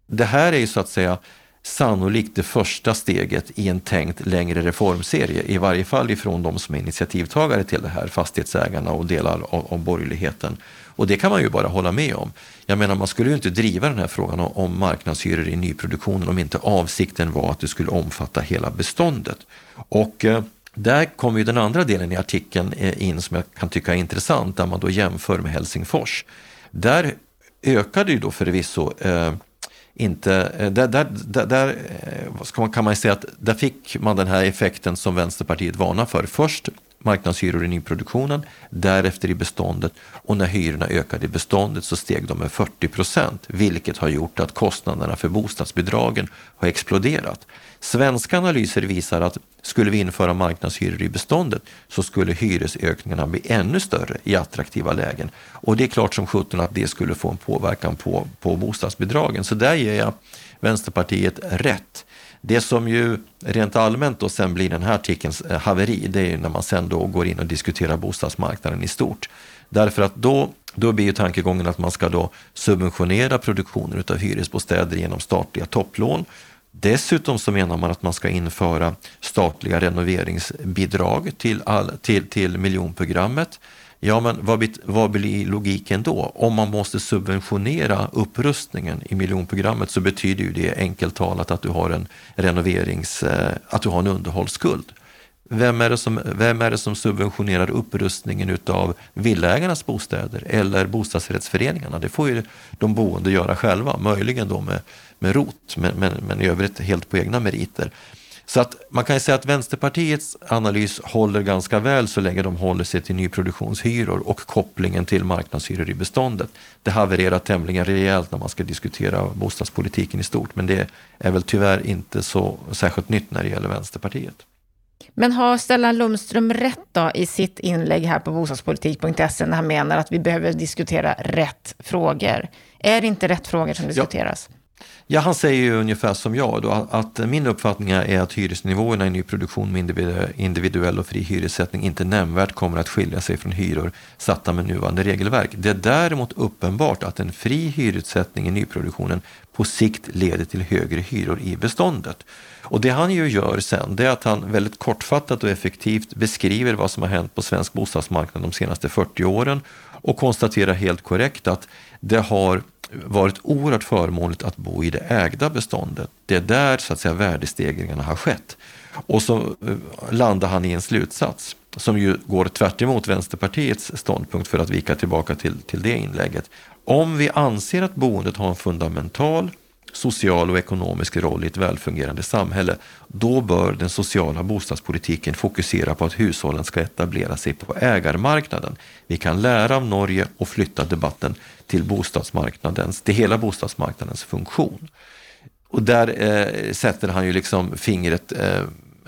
det här är ju så att säga sannolikt det första steget i en tänkt längre reformserie, i varje fall ifrån de som är initiativtagare till det här, fastighetsägarna och delar av, av borgerligheten. Och det kan man ju bara hålla med om. Jag menar, man skulle ju inte driva den här frågan om, om marknadshyror i nyproduktionen om inte avsikten var att det skulle omfatta hela beståndet. Och eh, där kommer ju den andra delen i artikeln in som jag kan tycka är intressant, där man då jämför med Helsingfors. Där ökade ju då förvisso eh, inte, där, där, där, där ska man, kan man säga att där fick man den här effekten som Vänsterpartiet varnar för. Först marknadshyror i nyproduktionen, därefter i beståndet, och när hyrorna ökade i beståndet så steg de med fyrtio procent, vilket har gjort att kostnaderna för bostadsbidragen har exploderat. Svenska analyser visar att skulle vi införa marknadshyror i beståndet så skulle hyresökningarna bli ännu större i attraktiva lägen. Och det är klart som sjutton att det skulle få en påverkan på, på bostadsbidragen. Så där ger jag Vänsterpartiet rätt. Det som ju rent allmänt då sen blir den här artikelns haveri, det är ju när man sen då går in och diskuterar bostadsmarknaden i stort. Därför att då, då blir ju tankegången att man ska då subventionera produktionen av hyresbostäder genom statliga topplån. Dessutom så menar man att man ska införa statliga renoveringsbidrag till, all, till, till miljonprogrammet. Ja, men vad, vad blir logiken då? Om man måste subventionera upprustningen i miljonprogrammet så betyder ju det enkelt talat att du har en renoverings, att du har en underhållsskuld. Vem är det som, vem är det som subventionerar upprustningen utav villaägarnas bostäder eller bostadsrättsföreningarna? Det får ju de boende göra själva, möjligen då med, med rot, men, men, men i övrigt helt på egna meriter. Så att man kan ju säga att Vänsterpartiets analys håller ganska väl så länge de håller sig till nyproduktionshyror och kopplingen till marknadshyror i beståndet. Det havererar tämligen rejält när man ska diskutera bostadspolitiken i stort, men det är väl tyvärr inte så särskilt nytt när det gäller Vänsterpartiet. Men har Stellan Lundström rätt då i sitt inlägg här på bostadspolitik punkt se när han menar att vi behöver diskutera rätt frågor? Är det inte rätt frågor som diskuteras? Ja. Ja, han säger ju ungefär som jag då, att min uppfattning är att hyresnivåerna i nyproduktion med individuell och fri hyressättning inte nämnvärt kommer att skilja sig från hyror satta med nuvarande regelverk. Det är däremot uppenbart att en fri hyressättning i nyproduktionen på sikt leder till högre hyror i beståndet. Och det han ju gör sen, det är att han väldigt kortfattat och effektivt beskriver vad som har hänt på svensk bostadsmarknad de senaste fyrtio åren och konstaterar helt korrekt att det har varit oerhört förmånligt att bo i det ägda beståndet. Det är där så att säga värdestegringarna har skett. Och så landar han i en slutsats som ju går tvärt emot Vänsterpartiets ståndpunkt, för att vika tillbaka till, till det inlägget. Om vi anser att boendet har en fundamental social och ekonomisk roll i ett välfungerande samhälle, då bör den sociala bostadspolitiken fokusera på att hushållen ska etablera sig på ägarmarknaden. Vi kan lära av Norge och flytta debatten till bostadsmarknadens, till hela bostadsmarknadens funktion. Och där eh, sätter han ju liksom fingret eh,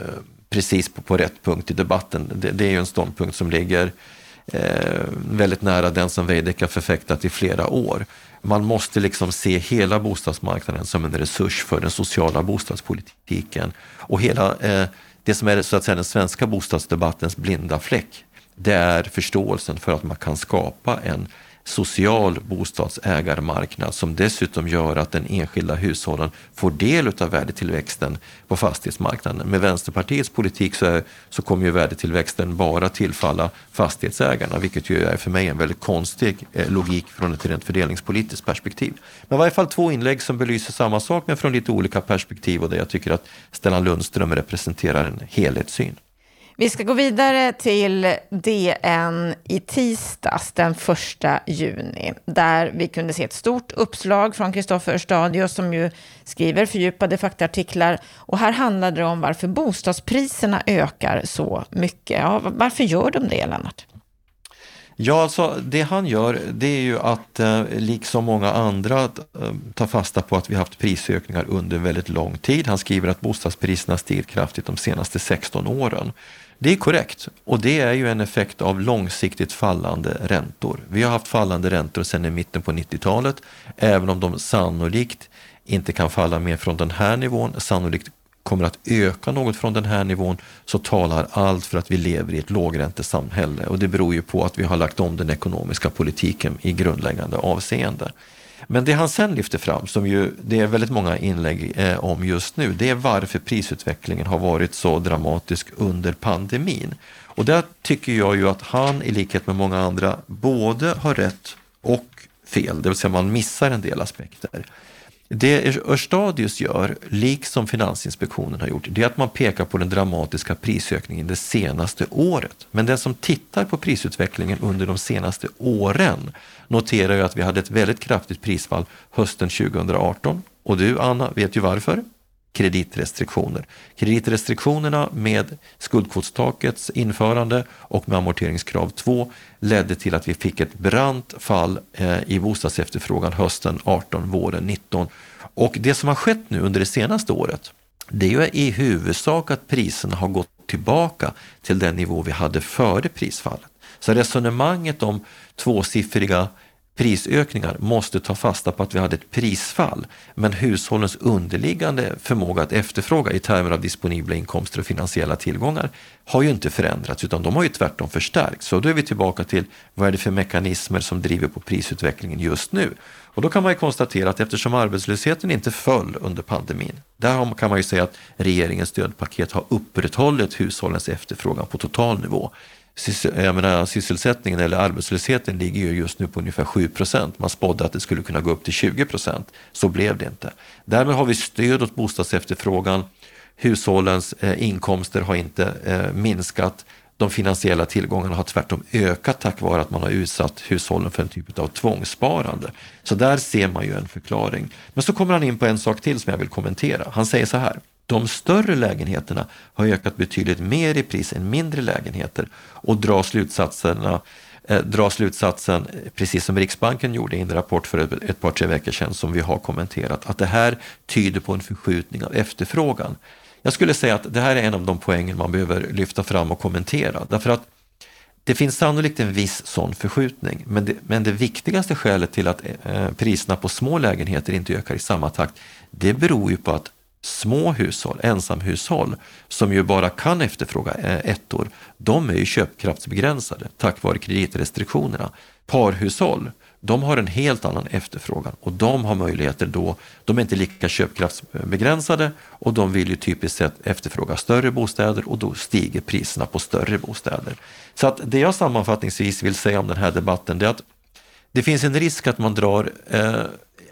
precis på, på rätt punkt i debatten. Det, det är ju en ståndpunkt som ligger eh, väldigt nära den som Veidekke har förfäktat i flera år. Man måste liksom se hela bostadsmarknaden som en resurs för den sociala bostadspolitiken. Och hela eh, det som är så att säga den svenska bostadsdebattens blinda fläck, det är förståelsen för att man kan skapa en social bostadsägarmarknad som dessutom gör att den enskilda hushållen får del av värdetillväxten på fastighetsmarknaden. Med Vänsterpartiets politik så, är, så kommer ju värdetillväxten bara tillfalla fastighetsägarna, vilket ju är för mig en väldigt konstig eh, logik från ett rent fördelningspolitiskt perspektiv. Men i varje fall två inlägg som belyser samma sak men från lite olika perspektiv, och där jag tycker att Stellan Lundström representerar en helhetssyn. Vi ska gå vidare till D N i tisdags den första juni, där vi kunde se ett stort uppslag från Kristoffer Stadius som ju skriver fördjupade faktaartiklar, och här handlar det om varför bostadspriserna ökar så mycket. Ja, varför gör de det, Lennart? Ja, alltså det han gör, det är ju att eh, liksom många andra eh, ta fasta på att vi haft prisökningar under väldigt lång tid. Han skriver att bostadspriserna stigit kraftigt de senaste sexton åren. Det är korrekt, och det är ju en effekt av långsiktigt fallande räntor. Vi har haft fallande räntor sedan i mitten på nittiotalet, även om de sannolikt inte kan falla mer från den här nivån, sannolikt kommer att öka något från den här nivån, så talar allt för att vi lever i ett lågräntesamhälle, och det beror ju på att vi har lagt om den ekonomiska politiken i grundläggande avseende. Men det han sen lyfter fram, som ju det är väldigt många inlägg eh, om just nu, det är varför prisutvecklingen har varit så dramatisk under pandemin. Och där tycker jag ju att han i likhet med många andra både har rätt och fel, det vill säga man missar en del aspekter. Det Örstadius gör, liksom Finansinspektionen har gjort, det är att man pekar på den dramatiska prisökningen det senaste året. Men den som tittar på prisutvecklingen under de senaste åren noterar ju att vi hade ett väldigt kraftigt prisfall hösten tjugohundraarton. Och du, Anna, vet ju varför? Kreditrestriktioner. Kreditrestriktionerna med skuldkvotstakets införande och med amorteringskrav två ledde till att vi fick ett brant fall eh, i bostadsefterfrågan hösten arton, våren nitton. Och det som har skett nu under det senaste året, det är ju i huvudsak att priserna har gått tillbaka till den nivå vi hade före prisfallet. Så resonemanget om tvåsiffriga prisökningar måste ta fasta på att vi hade ett prisfall, men hushållens underliggande förmåga att efterfråga i termer av disponibla inkomster och finansiella tillgångar har ju inte förändrats, utan de har ju tvärtom förstärkts. Så då är vi tillbaka till vad är det för mekanismer som driver på prisutvecklingen just nu. Och då kan man ju konstatera att eftersom arbetslösheten inte föll under pandemin, där kan man ju säga att regeringens stödpaket har upprätthållit hushållens efterfrågan på total nivå. Jag menar, sysselsättningen eller arbetslösheten ligger ju just nu på ungefär sju procent. Man spådde att det skulle kunna gå upp till tjugo procent. Så blev det inte. Därmed har vi stöd åt bostadsefterfrågan. Hushållens eh, inkomster har inte eh, minskat. De finansiella tillgångarna har tvärtom ökat tack vare att man har utsatt hushållen för en typ av tvångssparande. Så där ser man ju en förklaring. Men så kommer han in på en sak till som jag vill kommentera. Han säger så här: de större lägenheterna har ökat betydligt mer i pris än mindre lägenheter, och drar slutsatserna, eh, drar slutsatsen, precis som Riksbanken gjorde i en rapport för ett, ett par tre veckor sedan som vi har kommenterat, att det här tyder på en förskjutning av efterfrågan. Jag skulle säga att det här är en av de poänger man behöver lyfta fram och kommentera, därför att det finns sannolikt en viss sån förskjutning, men det, men det viktigaste skälet till att eh, priserna på små lägenheter inte ökar i samma takt, det beror ju på att små hushåll, ensamhushåll, som ju bara kan efterfråga ettor, de är ju köpkraftsbegränsade tack vare kreditrestriktionerna. Parhushåll, de har en helt annan efterfrågan och de har möjligheter då, de är inte lika köpkraftsbegränsade och de vill ju typiskt sett efterfråga större bostäder, och då stiger priserna på större bostäder. Så att det jag sammanfattningsvis vill säga om den här debatten, det är att det finns en risk att man drar eh,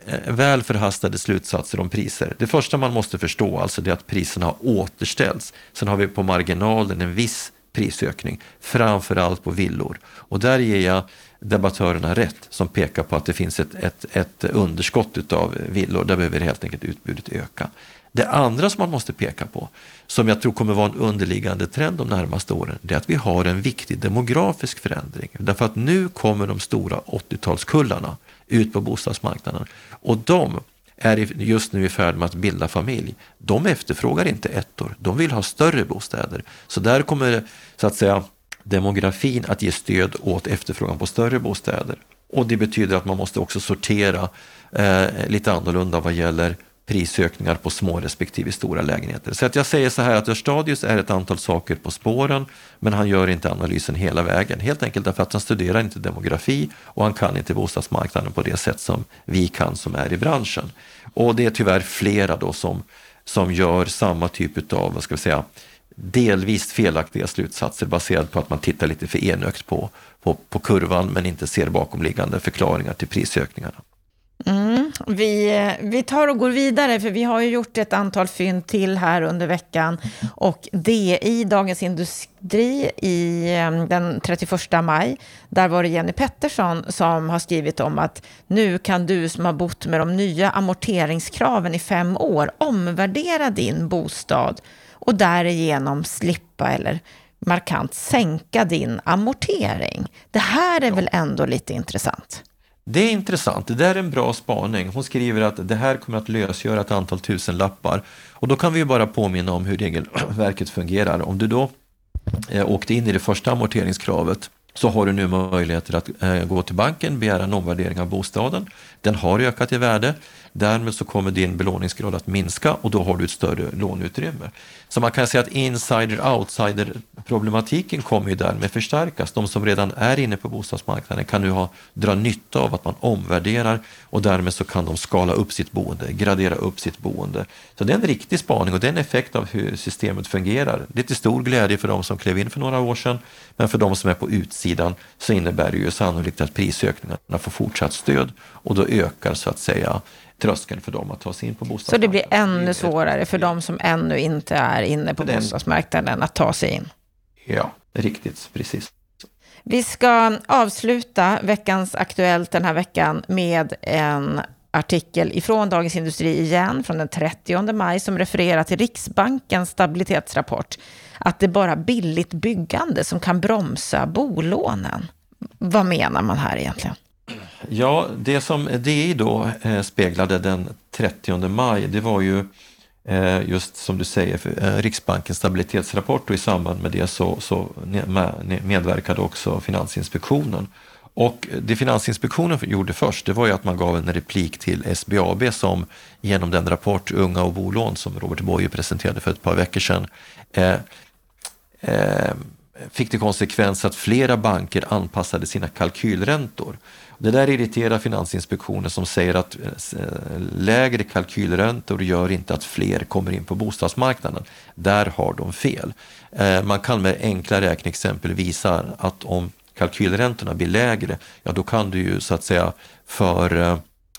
väl förhastade slutsatser om priser. Det första man måste förstå alltså det är att priserna har återställts. Sen har vi på marginalen en viss prisökning, framförallt på villor. Och där ger jag debattörerna rätt som pekar på att det finns ett, ett, ett underskott av villor. Där behöver helt enkelt utbudet öka. Det andra som man måste peka på, som jag tror kommer vara en underliggande trend de närmaste åren, det är att vi har en viktig demografisk förändring. Därför att nu kommer de stora åttiotalskullarna ut på bostadsmarknaden. Och de är just nu i färd med att bilda familj. De efterfrågar inte ettor, de vill ha större bostäder. Så där kommer så att säga demografin att ge stöd åt efterfrågan på större bostäder. Och det betyder att man måste också sortera eh, lite annorlunda vad gäller prisökningar på små respektive stora lägenheter. Så att jag säger så här att Örstadius är ett antal saker på spåren, men han gör inte analysen hela vägen. Helt enkelt därför att han studerar inte demografi och han kan inte bostadsmarknaden på det sätt som vi kan som är i branschen. Och det är tyvärr flera då som, som gör samma typ av, vad ska vi säga, delvis felaktiga slutsatser baserat på att man tittar lite för enögt på, på, på kurvan men inte ser bakomliggande förklaringar till prisökningarna. Mm, vi, vi tar och går vidare, för vi har ju gjort ett antal fynd till här under veckan, och det i Dagens Industri i den trettioförsta maj, där var det Jenny Pettersson som har skrivit om att nu kan du som har bott med de nya amorteringskraven i fem år omvärdera din bostad och därigenom slippa eller markant sänka din amortering. Det här är ja. väl ändå lite intressant? Det är intressant, det där är en bra spaning. Hon skriver att det här kommer att lösgöra ett antal tusen lappar. Och då kan vi ju bara påminna om hur regelverket fungerar. Om du då eh, åkte in i det första amorteringskravet, så har du nu möjligheter att eh, gå till banken, begära en omvärdering av bostaden. Den har ökat i värde. Därmed så kommer din belåningsgrad att minska och då har du ett större låneutrymme. Så man kan säga att insider-outsider-problematiken kommer ju därmed förstärkas. De som redan är inne på bostadsmarknaden kan nu ha, dra nytta av att man omvärderar och därmed så kan de skala upp sitt boende, gradera upp sitt boende. Så det är en riktig spaning och det är en effekt av hur systemet fungerar. Det är till stor glädje för de som klev in för några år sedan, men för de som är på utsidan så innebär det ju sannolikt att prisökningarna får fortsatt stöd och då ökar så att säga tröskeln för dem att ta sig in på bostadsmarknaden. Så det blir ännu svårare för de som ännu inte är inne på Den, bostadsmarknaden att ta sig in? Ja, riktigt, precis. Vi ska avsluta veckans Aktuellt den här veckan med en artikel ifrån Dagens Industri igen från den trettionde maj som refererar till Riksbankens stabilitetsrapport att det är bara billigt byggande som kan bromsa bolånen. Vad menar man här egentligen? Ja, det som D I då eh, speglade den trettionde maj, det var ju eh, just som du säger för, eh, Riksbankens stabilitetsrapport och i samband med det så, så med, medverkade också Finansinspektionen. Och det Finansinspektionen gjorde först, det var ju att man gav en replik till S B A B som genom den rapport Unga och bolån som Robert Boye presenterade för ett par veckor sedan eh, eh, fick det konsekvens att flera banker anpassade sina kalkylräntor. Det där irriterar Finansinspektionen som säger att lägre kalkylräntor gör inte att fler kommer in på bostadsmarknaden. Där har de fel. Man kan med enkla räkneexempel visa att om kalkylräntorna blir lägre, ja då kan du ju så att säga för,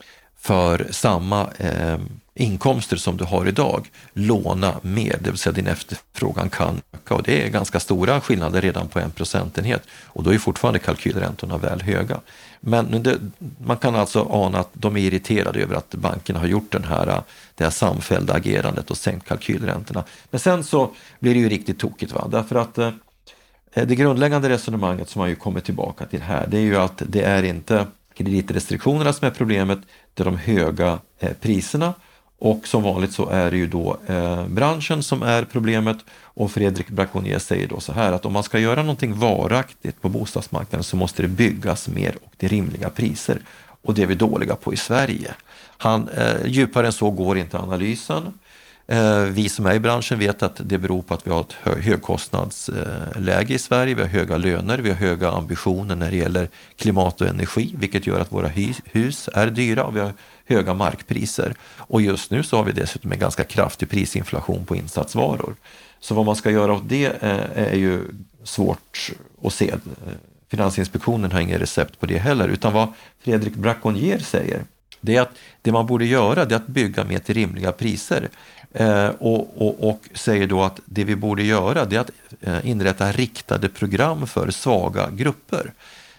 för samma eh, inkomster som du har idag låna mer, det vill säga din efterfrågan kan öka och det är ganska stora skillnader redan på en procentenhet och då är fortfarande kalkylräntorna väl höga. Men det, man kan alltså ana att de är irriterade över att bankerna har gjort den här, det här samfällda agerandet och sänkt kalkylräntorna. Men sen så blir det ju riktigt tokigt, va? Därför att eh, det grundläggande resonemanget som man ju kommer tillbaka till här, det är ju att det är inte kreditrestriktionerna som är problemet, det är de höga eh, priserna. Och som vanligt så är det ju då eh, branschen som är problemet och Fredrik Braconier säger då så här att om man ska göra någonting varaktigt på bostadsmarknaden så måste det byggas mer och till rimliga priser och det är vi dåliga på i Sverige. Han, eh, djupare än så går inte analysen. Eh, vi som är i branschen vet att det beror på att vi har ett hö- högkostnadsläge i Sverige, vi har höga löner, vi har höga ambitioner när det gäller klimat och energi vilket gör att våra hy- hus är dyra och vi har höga markpriser. Och just nu så har vi dessutom en ganska kraftig prisinflation på insatsvaror. Så vad man ska göra åt det är ju svårt att se. Finansinspektionen har inget recept på det heller, utan vad Fredrik Braconier säger, det är att det man borde göra det är att bygga med till rimliga priser. Eh, och, och, och säger då att det vi borde göra det är att eh, inrätta riktade program för svaga grupper.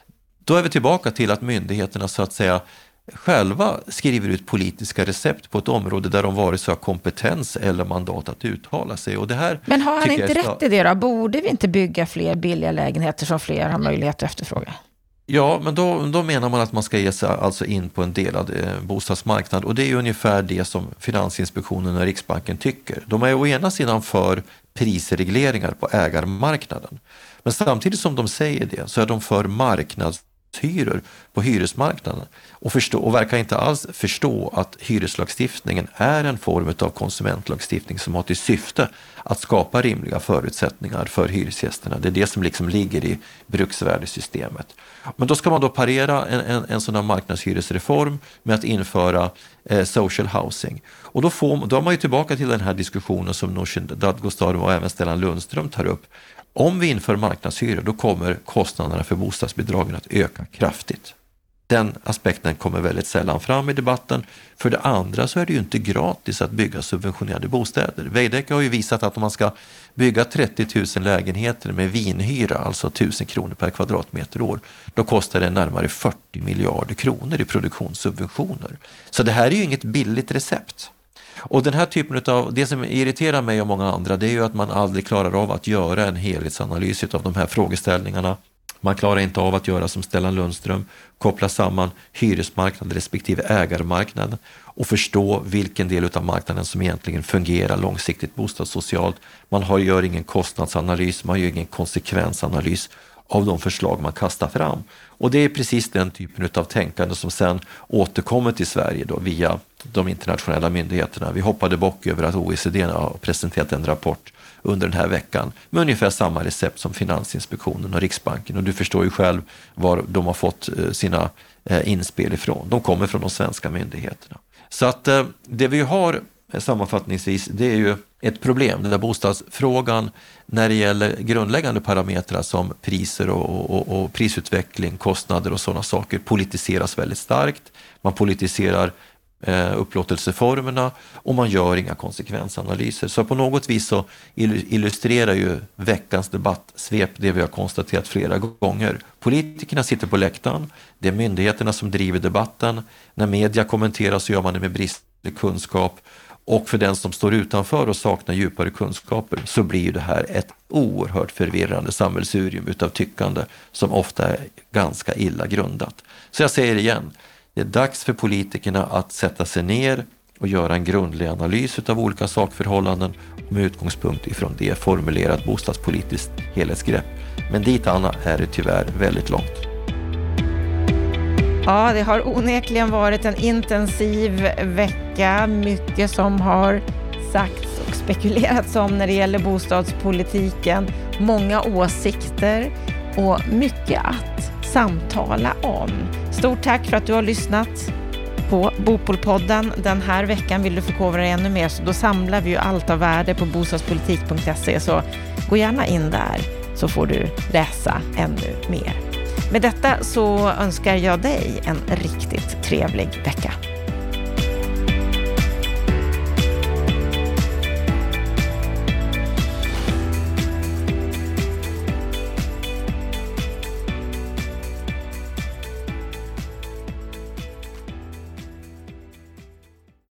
Då är vi tillbaka till att myndigheterna så att säga själva skriver ut politiska recept på ett område där de vare sig har kompetens eller mandat att uttala sig. Och det här Men har han inte ska... rätt i det då? Borde vi inte bygga fler billiga lägenheter som fler har möjlighet att efterfråga? Ja, men då, då menar man att man ska ge sig alltså in på en delad eh, bostadsmarknad och det är ju ungefär det som Finansinspektionen och Riksbanken tycker. De är å ena sidan för prisregleringar på ägarmarknaden, men samtidigt som de säger det så är de för marknadshyror på hyresmarknaden och, förstå, och verkar inte alls förstå att hyreslagstiftningen är en form av konsumentlagstiftning som har till syfte att skapa rimliga förutsättningar för hyresgästerna. Det är det som liksom ligger i bruksvärdesystemet. Men då ska man då parera en, en, en sån här marknadshyresreform med att införa eh, social housing. Och då, får, då är man ju tillbaka till den här diskussionen som Nooshi Dadgostar och även Stellan Lundström tar upp. Om vi inför marknadshyror då kommer kostnaderna för bostadsbidragen att öka kraftigt. Den aspekten kommer väldigt sällan fram i debatten. För det andra så är det ju inte gratis att bygga subventionerade bostäder. Veidekke har ju visat att om man ska bygga trettio tusen lägenheter med vinhyra, alltså tusen kronor per kvadratmeter år, då kostar det närmare fyrtio miljarder kronor i produktionssubventioner. Så det här är ju inget billigt recept. Och den här typen av, det som irriterar mig och många andra, det är ju att man aldrig klarar av att göra en helhetsanalys av de här frågeställningarna. Man klarar inte av att göra som Stellan Lundström, koppla samman hyresmarknaden respektive ägarmarknaden och förstå vilken del av marknaden som egentligen fungerar långsiktigt bostadssocialt. Man har, gör ingen kostnadsanalys, man gör ingen konsekvensanalys av de förslag man kastar fram. Och det är precis den typen av tänkande som sen återkommer till Sverige då via de internationella myndigheterna. Vi hoppade bock över att O E C D har presenterat en rapport under den här veckan med ungefär samma recept som Finansinspektionen och Riksbanken. Och du förstår ju själv var de har fått sina inspel ifrån. De kommer från de svenska myndigheterna. Så att det vi har sammanfattningsvis, det är ju ett problem. Den där bostadsfrågan när det gäller grundläggande parametrar som priser och, och, och prisutveckling, kostnader och sådana saker politiseras väldigt starkt. Man politiserar eh, upplåtelseformerna och man gör inga konsekvensanalyser. Så på något vis så illustrerar ju veckans debattsvep det vi har konstaterat flera gånger. Politikerna sitter på läktaren, det är myndigheterna som driver debatten. När media kommenterar så gör man det med bristlig kunskap. Och för den som står utanför och saknar djupare kunskaper så blir det här ett oerhört förvirrande sammelsurium utav tyckande som ofta är ganska illa grundat. Så jag säger igen, det är dags för politikerna att sätta sig ner och göra en grundlig analys utav olika sakförhållanden och med utgångspunkt ifrån det formulerat bostadspolitiskt helhetsgrepp. Men dit, Anna, är det tyvärr väldigt långt. Ja, det har onekligen varit en intensiv vecka. Mycket som har sagts och spekulerats om när det gäller bostadspolitiken. Många åsikter och mycket att samtala om. Stort tack för att du har lyssnat på Bopolpodden. Den här veckan vill du förkovra dig ännu mer, så då samlar vi ju allt av värde på bostadspolitik punkt se. Så gå gärna in där så får du läsa ännu mer. Med detta så önskar jag dig en riktigt trevlig vecka.